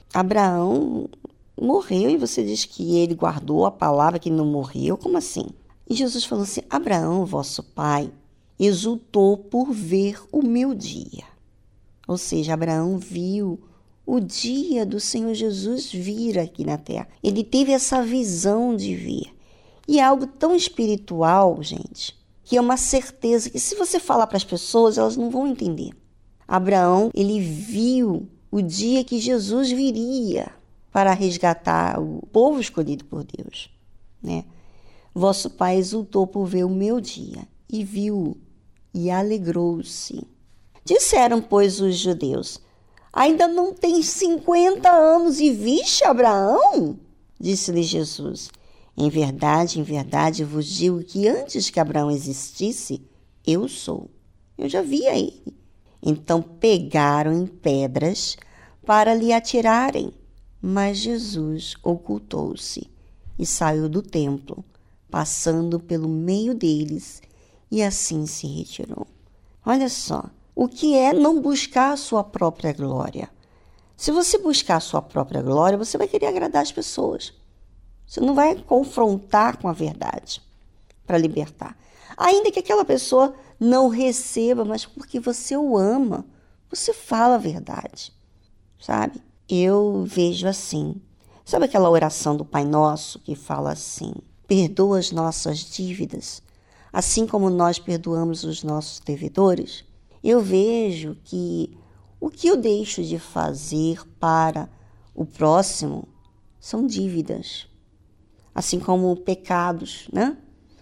Abraão morreu e você diz que ele guardou a palavra que não morreu, como assim? E Jesus falou assim, Abraão, vosso pai, exultou por ver o meu dia. Ou seja, Abraão viu o dia do Senhor Jesus vir aqui na terra. Ele teve essa visão de vir. E é algo tão espiritual, gente, que é uma certeza que se você falar para as pessoas, elas não vão entender. Abraão, ele viu o dia que Jesus viria para resgatar o povo escolhido por Deus, né? Vosso pai exultou por ver o meu dia, e viu, e alegrou-se. Disseram, pois, os judeus, ainda não tem cinquenta anos e viste Abraão? Disse-lhe Jesus, em verdade, em verdade vos digo que antes que Abraão existisse, eu sou. Eu já via ele. Então pegaram em pedras para lhe atirarem. Mas Jesus ocultou-se e saiu do templo, passando pelo meio deles, e assim se retirou. Olha só, o que é não buscar a sua própria glória? Se você buscar a sua própria glória, você vai querer agradar as pessoas. Você não vai confrontar com a verdade para libertar. Ainda que aquela pessoa não receba, mas porque você o ama, você fala a verdade, sabe? Eu vejo assim, sabe aquela oração do Pai Nosso que fala assim, perdoa as nossas dívidas, assim como nós perdoamos os nossos devedores? Eu vejo que o que eu deixo de fazer para o próximo são dívidas, assim como pecados, né?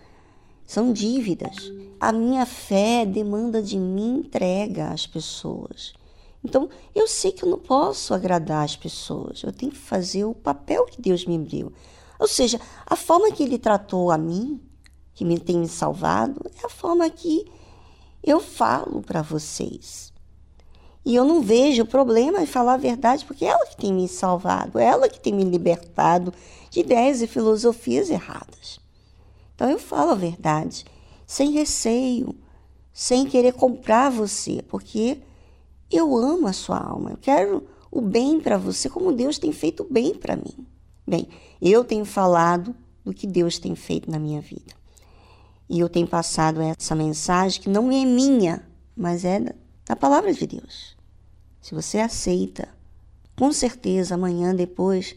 São dívidas. A minha fé demanda de mim entrega às pessoas. Então, eu sei que eu não posso agradar as pessoas. Eu tenho que fazer o papel que Deus me deu. Ou seja, a forma que Ele tratou a mim, que me tem me salvado, é a forma que eu falo para vocês. E eu não vejo problema em falar a verdade, porque é ela que tem me salvado, é ela que tem me libertado de ideias e filosofias erradas. Então, eu falo a verdade, sem receio, sem querer comprar você, porque eu amo a sua alma, eu quero o bem para você, como Deus tem feito bem para mim. Bem, eu tenho falado do que Deus tem feito na minha vida. E eu tenho passado essa mensagem que não é minha, mas é da palavra de Deus. Se você aceita, com certeza amanhã, depois,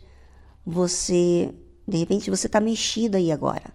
você, de repente, você está mexido aí agora.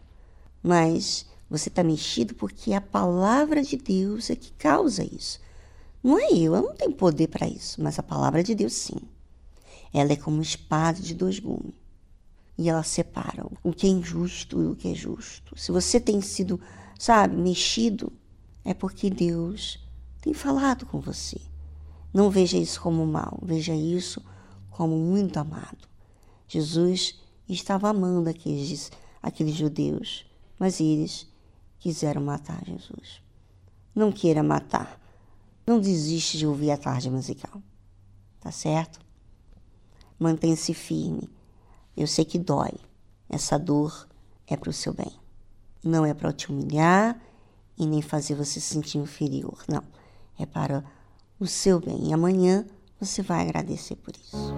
Mas você está mexido porque a palavra de Deus é que causa isso. Não é eu, eu não tenho poder para isso, mas a palavra de Deus sim. Ela é como uma espada de dois gumes. E ela separa o que é injusto e o que é justo. Se você tem sido, sabe, mexido, é porque Deus tem falado com você. Não veja isso como mal, veja isso como muito amado. Jesus estava amando aqueles, aqueles judeus, mas eles quiseram matar Jesus. Não queira matar. Não desiste de ouvir a tarde musical, tá certo? Mantenha-se firme. Eu sei que dói. Essa dor é para o seu bem. Não é para te humilhar e nem fazer você se sentir inferior. Não. É para o seu bem. E amanhã você vai agradecer por isso.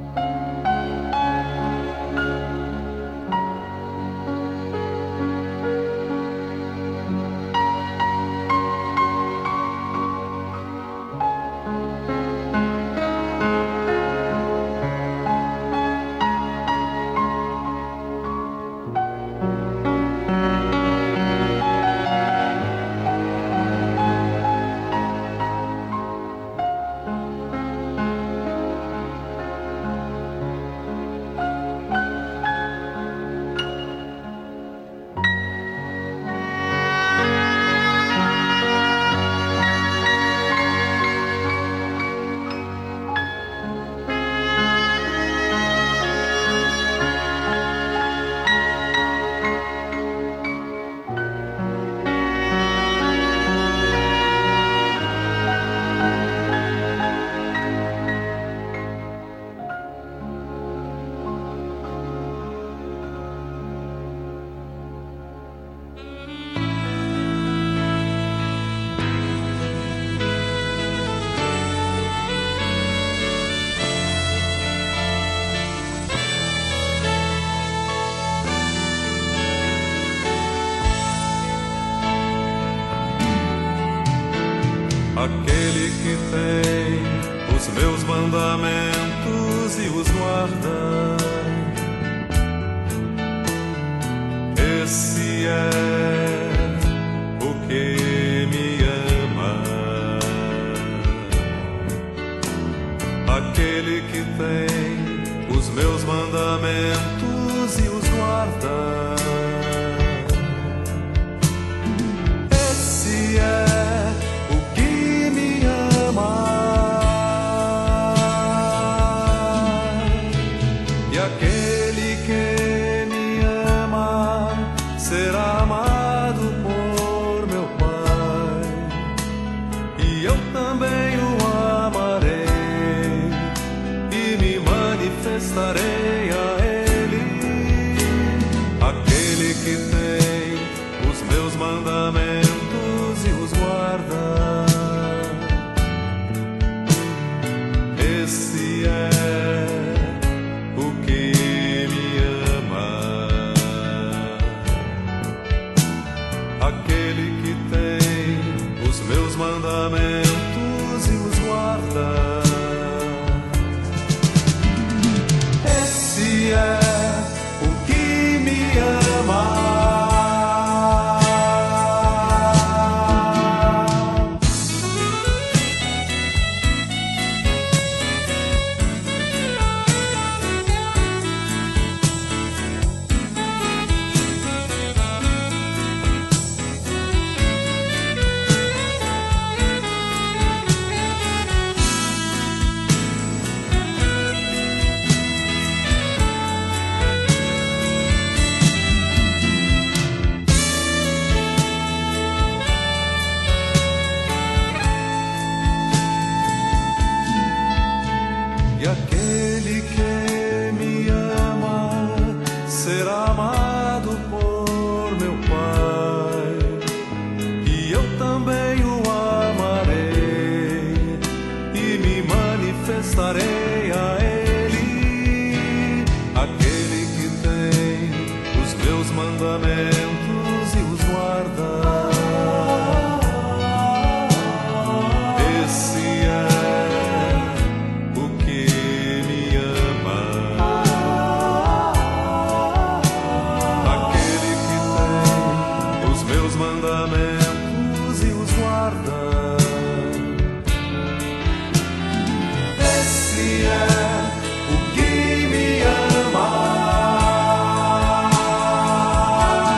aquele que tem os meus mandamentos e os guarda. Esse é o que me ama. Aquele que tem os meus mandamentos e os guarda. Esse é o que me ama. E aquele que me ama será amado por meu Pai, e eu também o amarei e me manifestarei a Ele. Aquele que tem os meus mandamentos e os guarda. Esse é o que me ama. Aquele que tem os meus mandamentos e os guarda. Esse é o que me ama. E aquele que me ama será amado por meu Pai, e eu também o amarei e me manifestarei a Ele. Aquele que tem os meus mandamentos e os guarda. Esse é o que me ama. Aquele que tem os meus mandamentos e os guarda. Esse é o que me ama.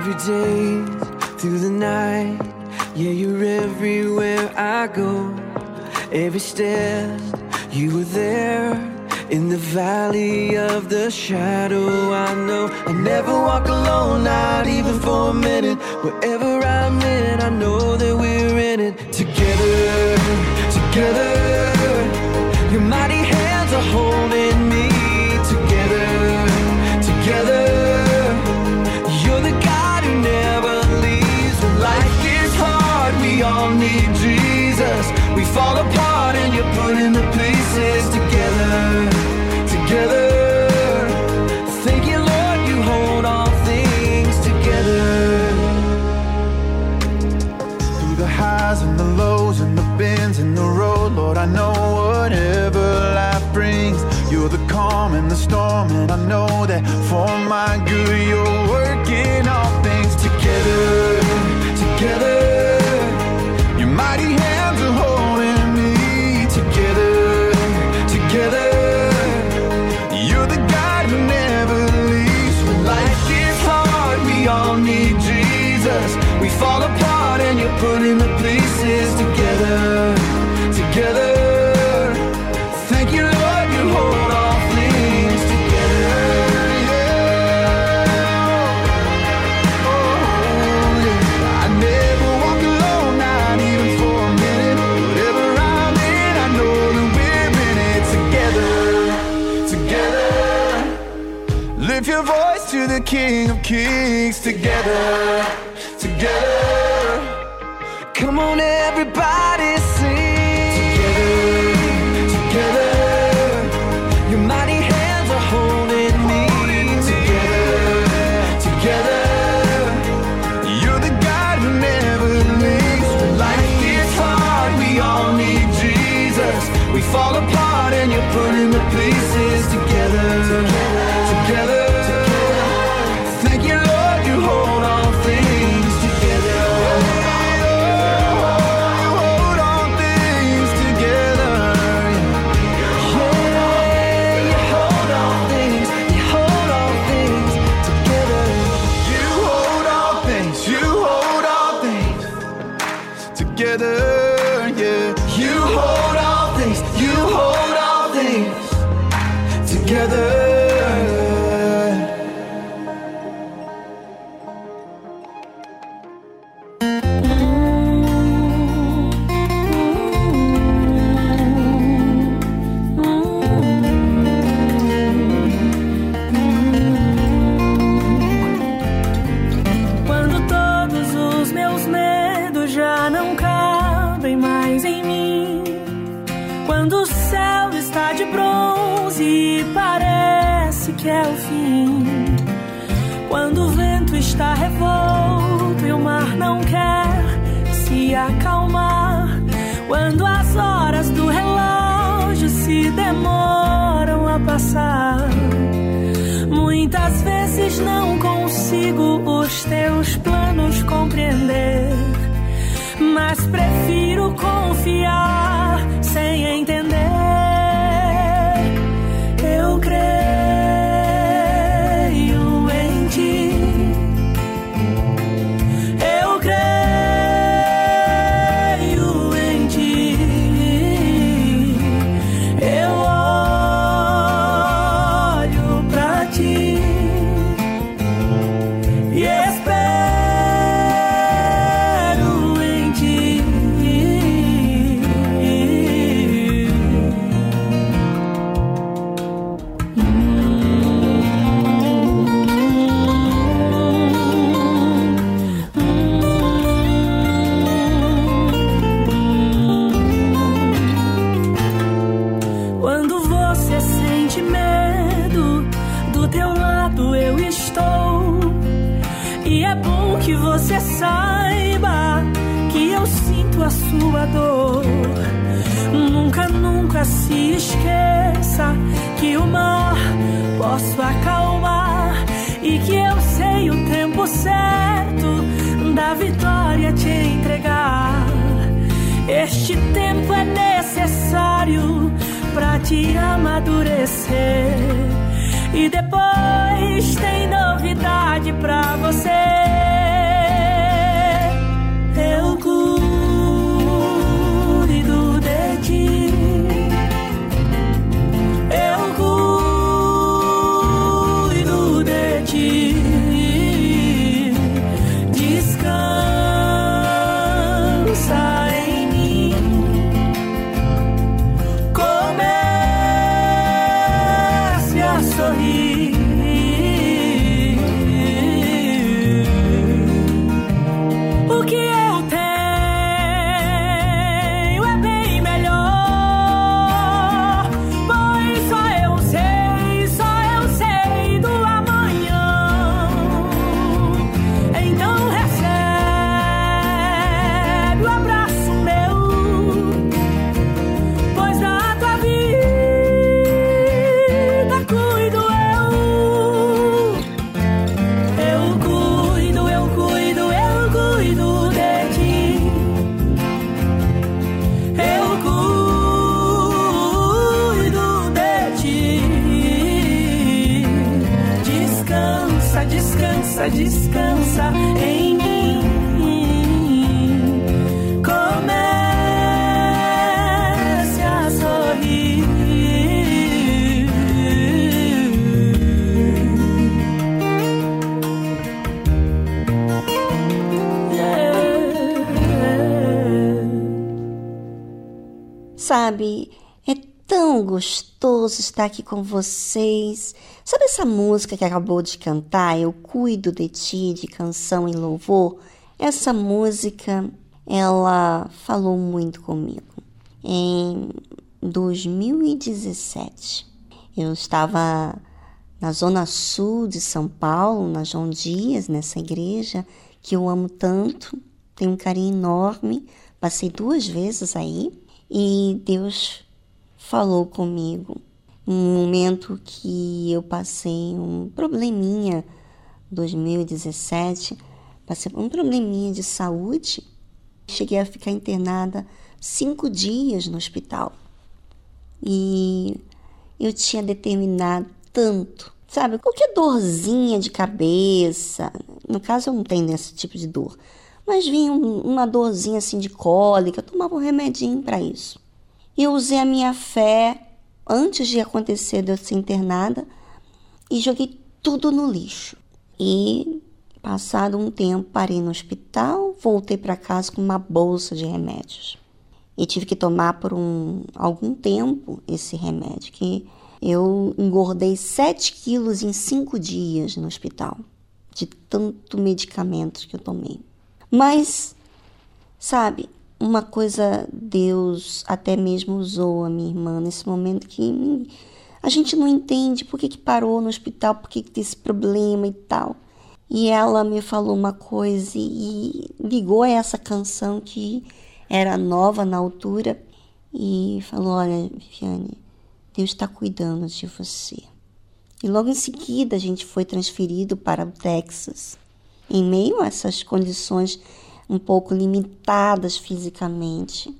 every day, through the night. Yeah, you're everywhere I go. Every step, you were there. In the valley of the shadow, I know I never walk alone, not even for a minute. Wherever I'm in, I know that we're in it together, together. Your mighty hands are holding me together, together. You're the God who never leaves. When life gets hard, we all need Jesus. We fall apart and you're putting the pieces together, together. Thank you, Lord, you hold all things together. Through the highs and the lows and the bends in the road, Lord, I know whatever life brings, you're the calm in the storm, and I know that for my good you're working all things together, together. Your mighty hands are holding me together, together. You're the God who never leaves. When life gets hard, we all need Jesus. We fall apart and you're putting the pieces together, together. Thank you, Lord, you hold all things together. Yeah. Oh, yeah. I never walk alone, not even for a minute. Whatever I'm in, I know that we're in it together, together. Lift your voice to the King of Kings together, together. Come on, everybody, sing together, together. Your mighty hands are holding me together, together. You're the God who never leaves. When life gets hard, we all need Jesus. We fall apart and you're putting the pieces together, together. Thank you, Lord, you hold all things together. Together, yeah. You hold all things, you hold all things together. Quando todos os meus medos já não cabem mais em mim, quando o céu está de bronze e parece que é o fim, quando o vento está revolto e o mar não quer se acalmar, quando as horas do relógio se demoram a passar, muitas vezes não consigo os teus planos compreender, mas prefiro confiar sem entender. Eu creio em ti. Eu creio em ti. Eu olho pra ti e espero em ti. Quando você sente medo, do teu lado eu estou. E é bom que você saiba que eu sinto a sua dor. Nunca, nunca se esqueça que o mar posso acalmar e que eu sei o tempo certo da vitória te entregar. Este tempo é necessário pra te amadurecer e depois tem novidade pra você. Sabe, é tão gostoso estar aqui com vocês. Sabe essa música que acabou de cantar, Eu Cuido de Ti, de Canção em Louvor? Essa música, ela falou muito comigo. Em dois mil e dezessete, eu estava na zona sul de São Paulo, na João Dias, nessa igreja que eu amo tanto, tenho um carinho enorme. Passei duas vezes aí e Deus falou comigo. Um momento que eu passei um probleminha, dois mil e dezessete, passei por um probleminha de saúde. Cheguei a ficar internada cinco dias no hospital. E eu tinha determinado tanto, sabe, qualquer dorzinha de cabeça, no caso eu não tenho esse tipo de dor, mas vinha um, uma dorzinha assim de cólica, eu tomava um remedinho para isso. E eu usei a minha fé antes de acontecer de eu ser internada e joguei tudo no lixo. E passado um tempo parei no hospital, voltei para casa com uma bolsa de remédios. E tive que tomar por um, algum tempo esse remédio, que eu engordei sete quilos em cinco dias no hospital, de tanto medicamento que eu tomei. Mas, sabe, uma coisa Deus até mesmo usou a minha irmã nesse momento que a gente não entende por que, que parou no hospital, por que, que tem esse problema e tal. E ela me falou uma coisa e ligou a essa canção que era nova na altura e falou, olha, Viviane, Deus está cuidando de você. E logo em seguida a gente foi transferido para o Texas, em meio a essas condições um pouco limitadas fisicamente.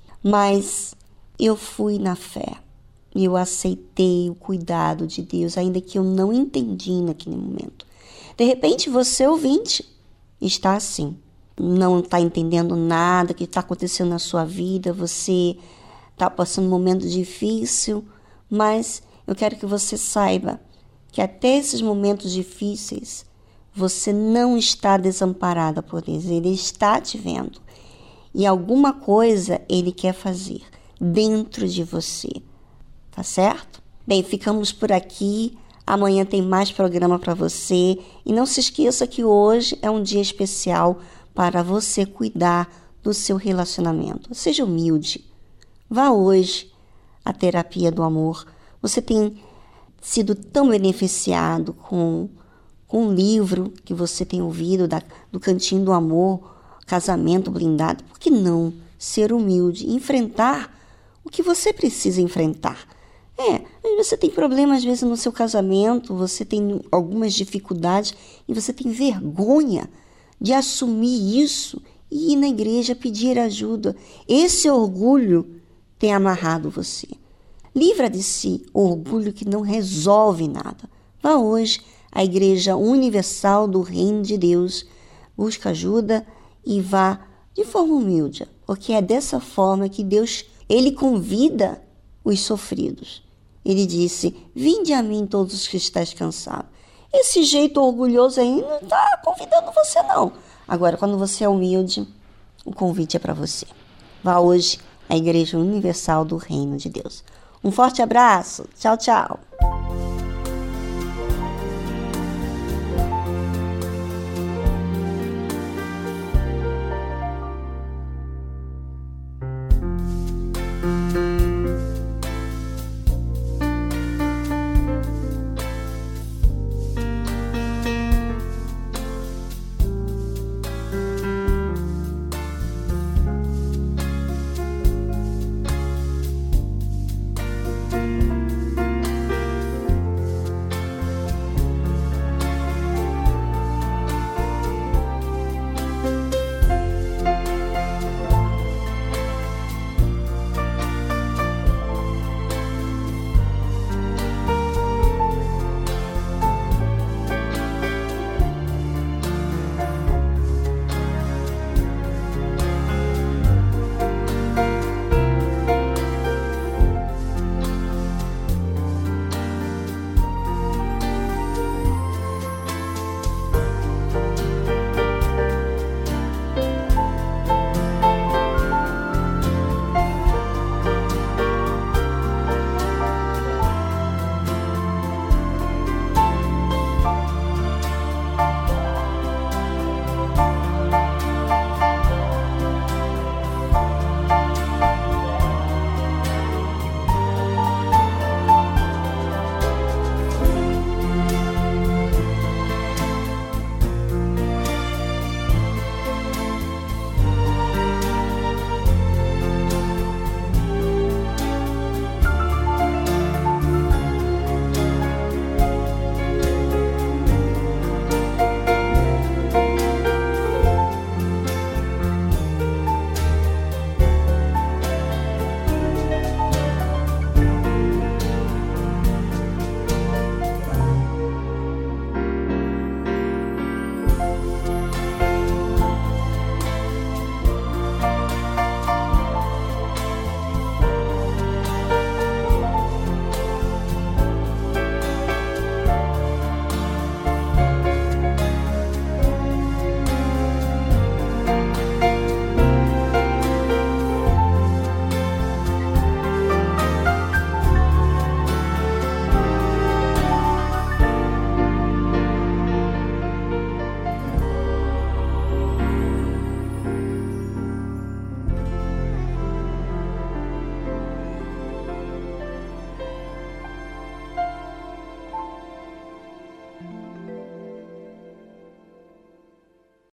Mas eu fui na fé, eu aceitei o cuidado de Deus, ainda que eu não entendi naquele momento. De repente você, ouvinte, está assim. Não está entendendo nada que está acontecendo na sua vida, você está passando um momento difícil, mas eu quero que você saiba que até esses momentos difíceis você não está desamparada por Deus, Ele está te vendo e alguma coisa Ele quer fazer dentro de você, tá certo? Bem, ficamos por aqui, amanhã tem mais programa para você e não se esqueça que hoje é um dia especial para você cuidar do seu relacionamento. Seja humilde. Vá hoje à terapia do amor. Você tem sido tão beneficiado com, com um livro que você tem ouvido da, do Cantinho do Amor, Casamento Blindado. Por que não ser humilde e enfrentar o que você precisa enfrentar? É, você tem problemas às vezes no seu casamento, você tem algumas dificuldades e você tem vergonha de assumir isso e ir na igreja pedir ajuda. Esse orgulho tem amarrado você. Livra de si o orgulho que não resolve nada. Vá hoje à Igreja Universal do Reino de Deus, busca ajuda e vá de forma humilde, porque é dessa forma que Deus, Ele convida os sofridos. Ele disse, vinde a mim todos os que estáis cansados. Esse jeito orgulhoso aí não está convidando você, não. Agora, quando você é humilde, o convite é para você. Vá hoje à Igreja Universal do Reino de Deus. Um forte abraço. Tchau, tchau.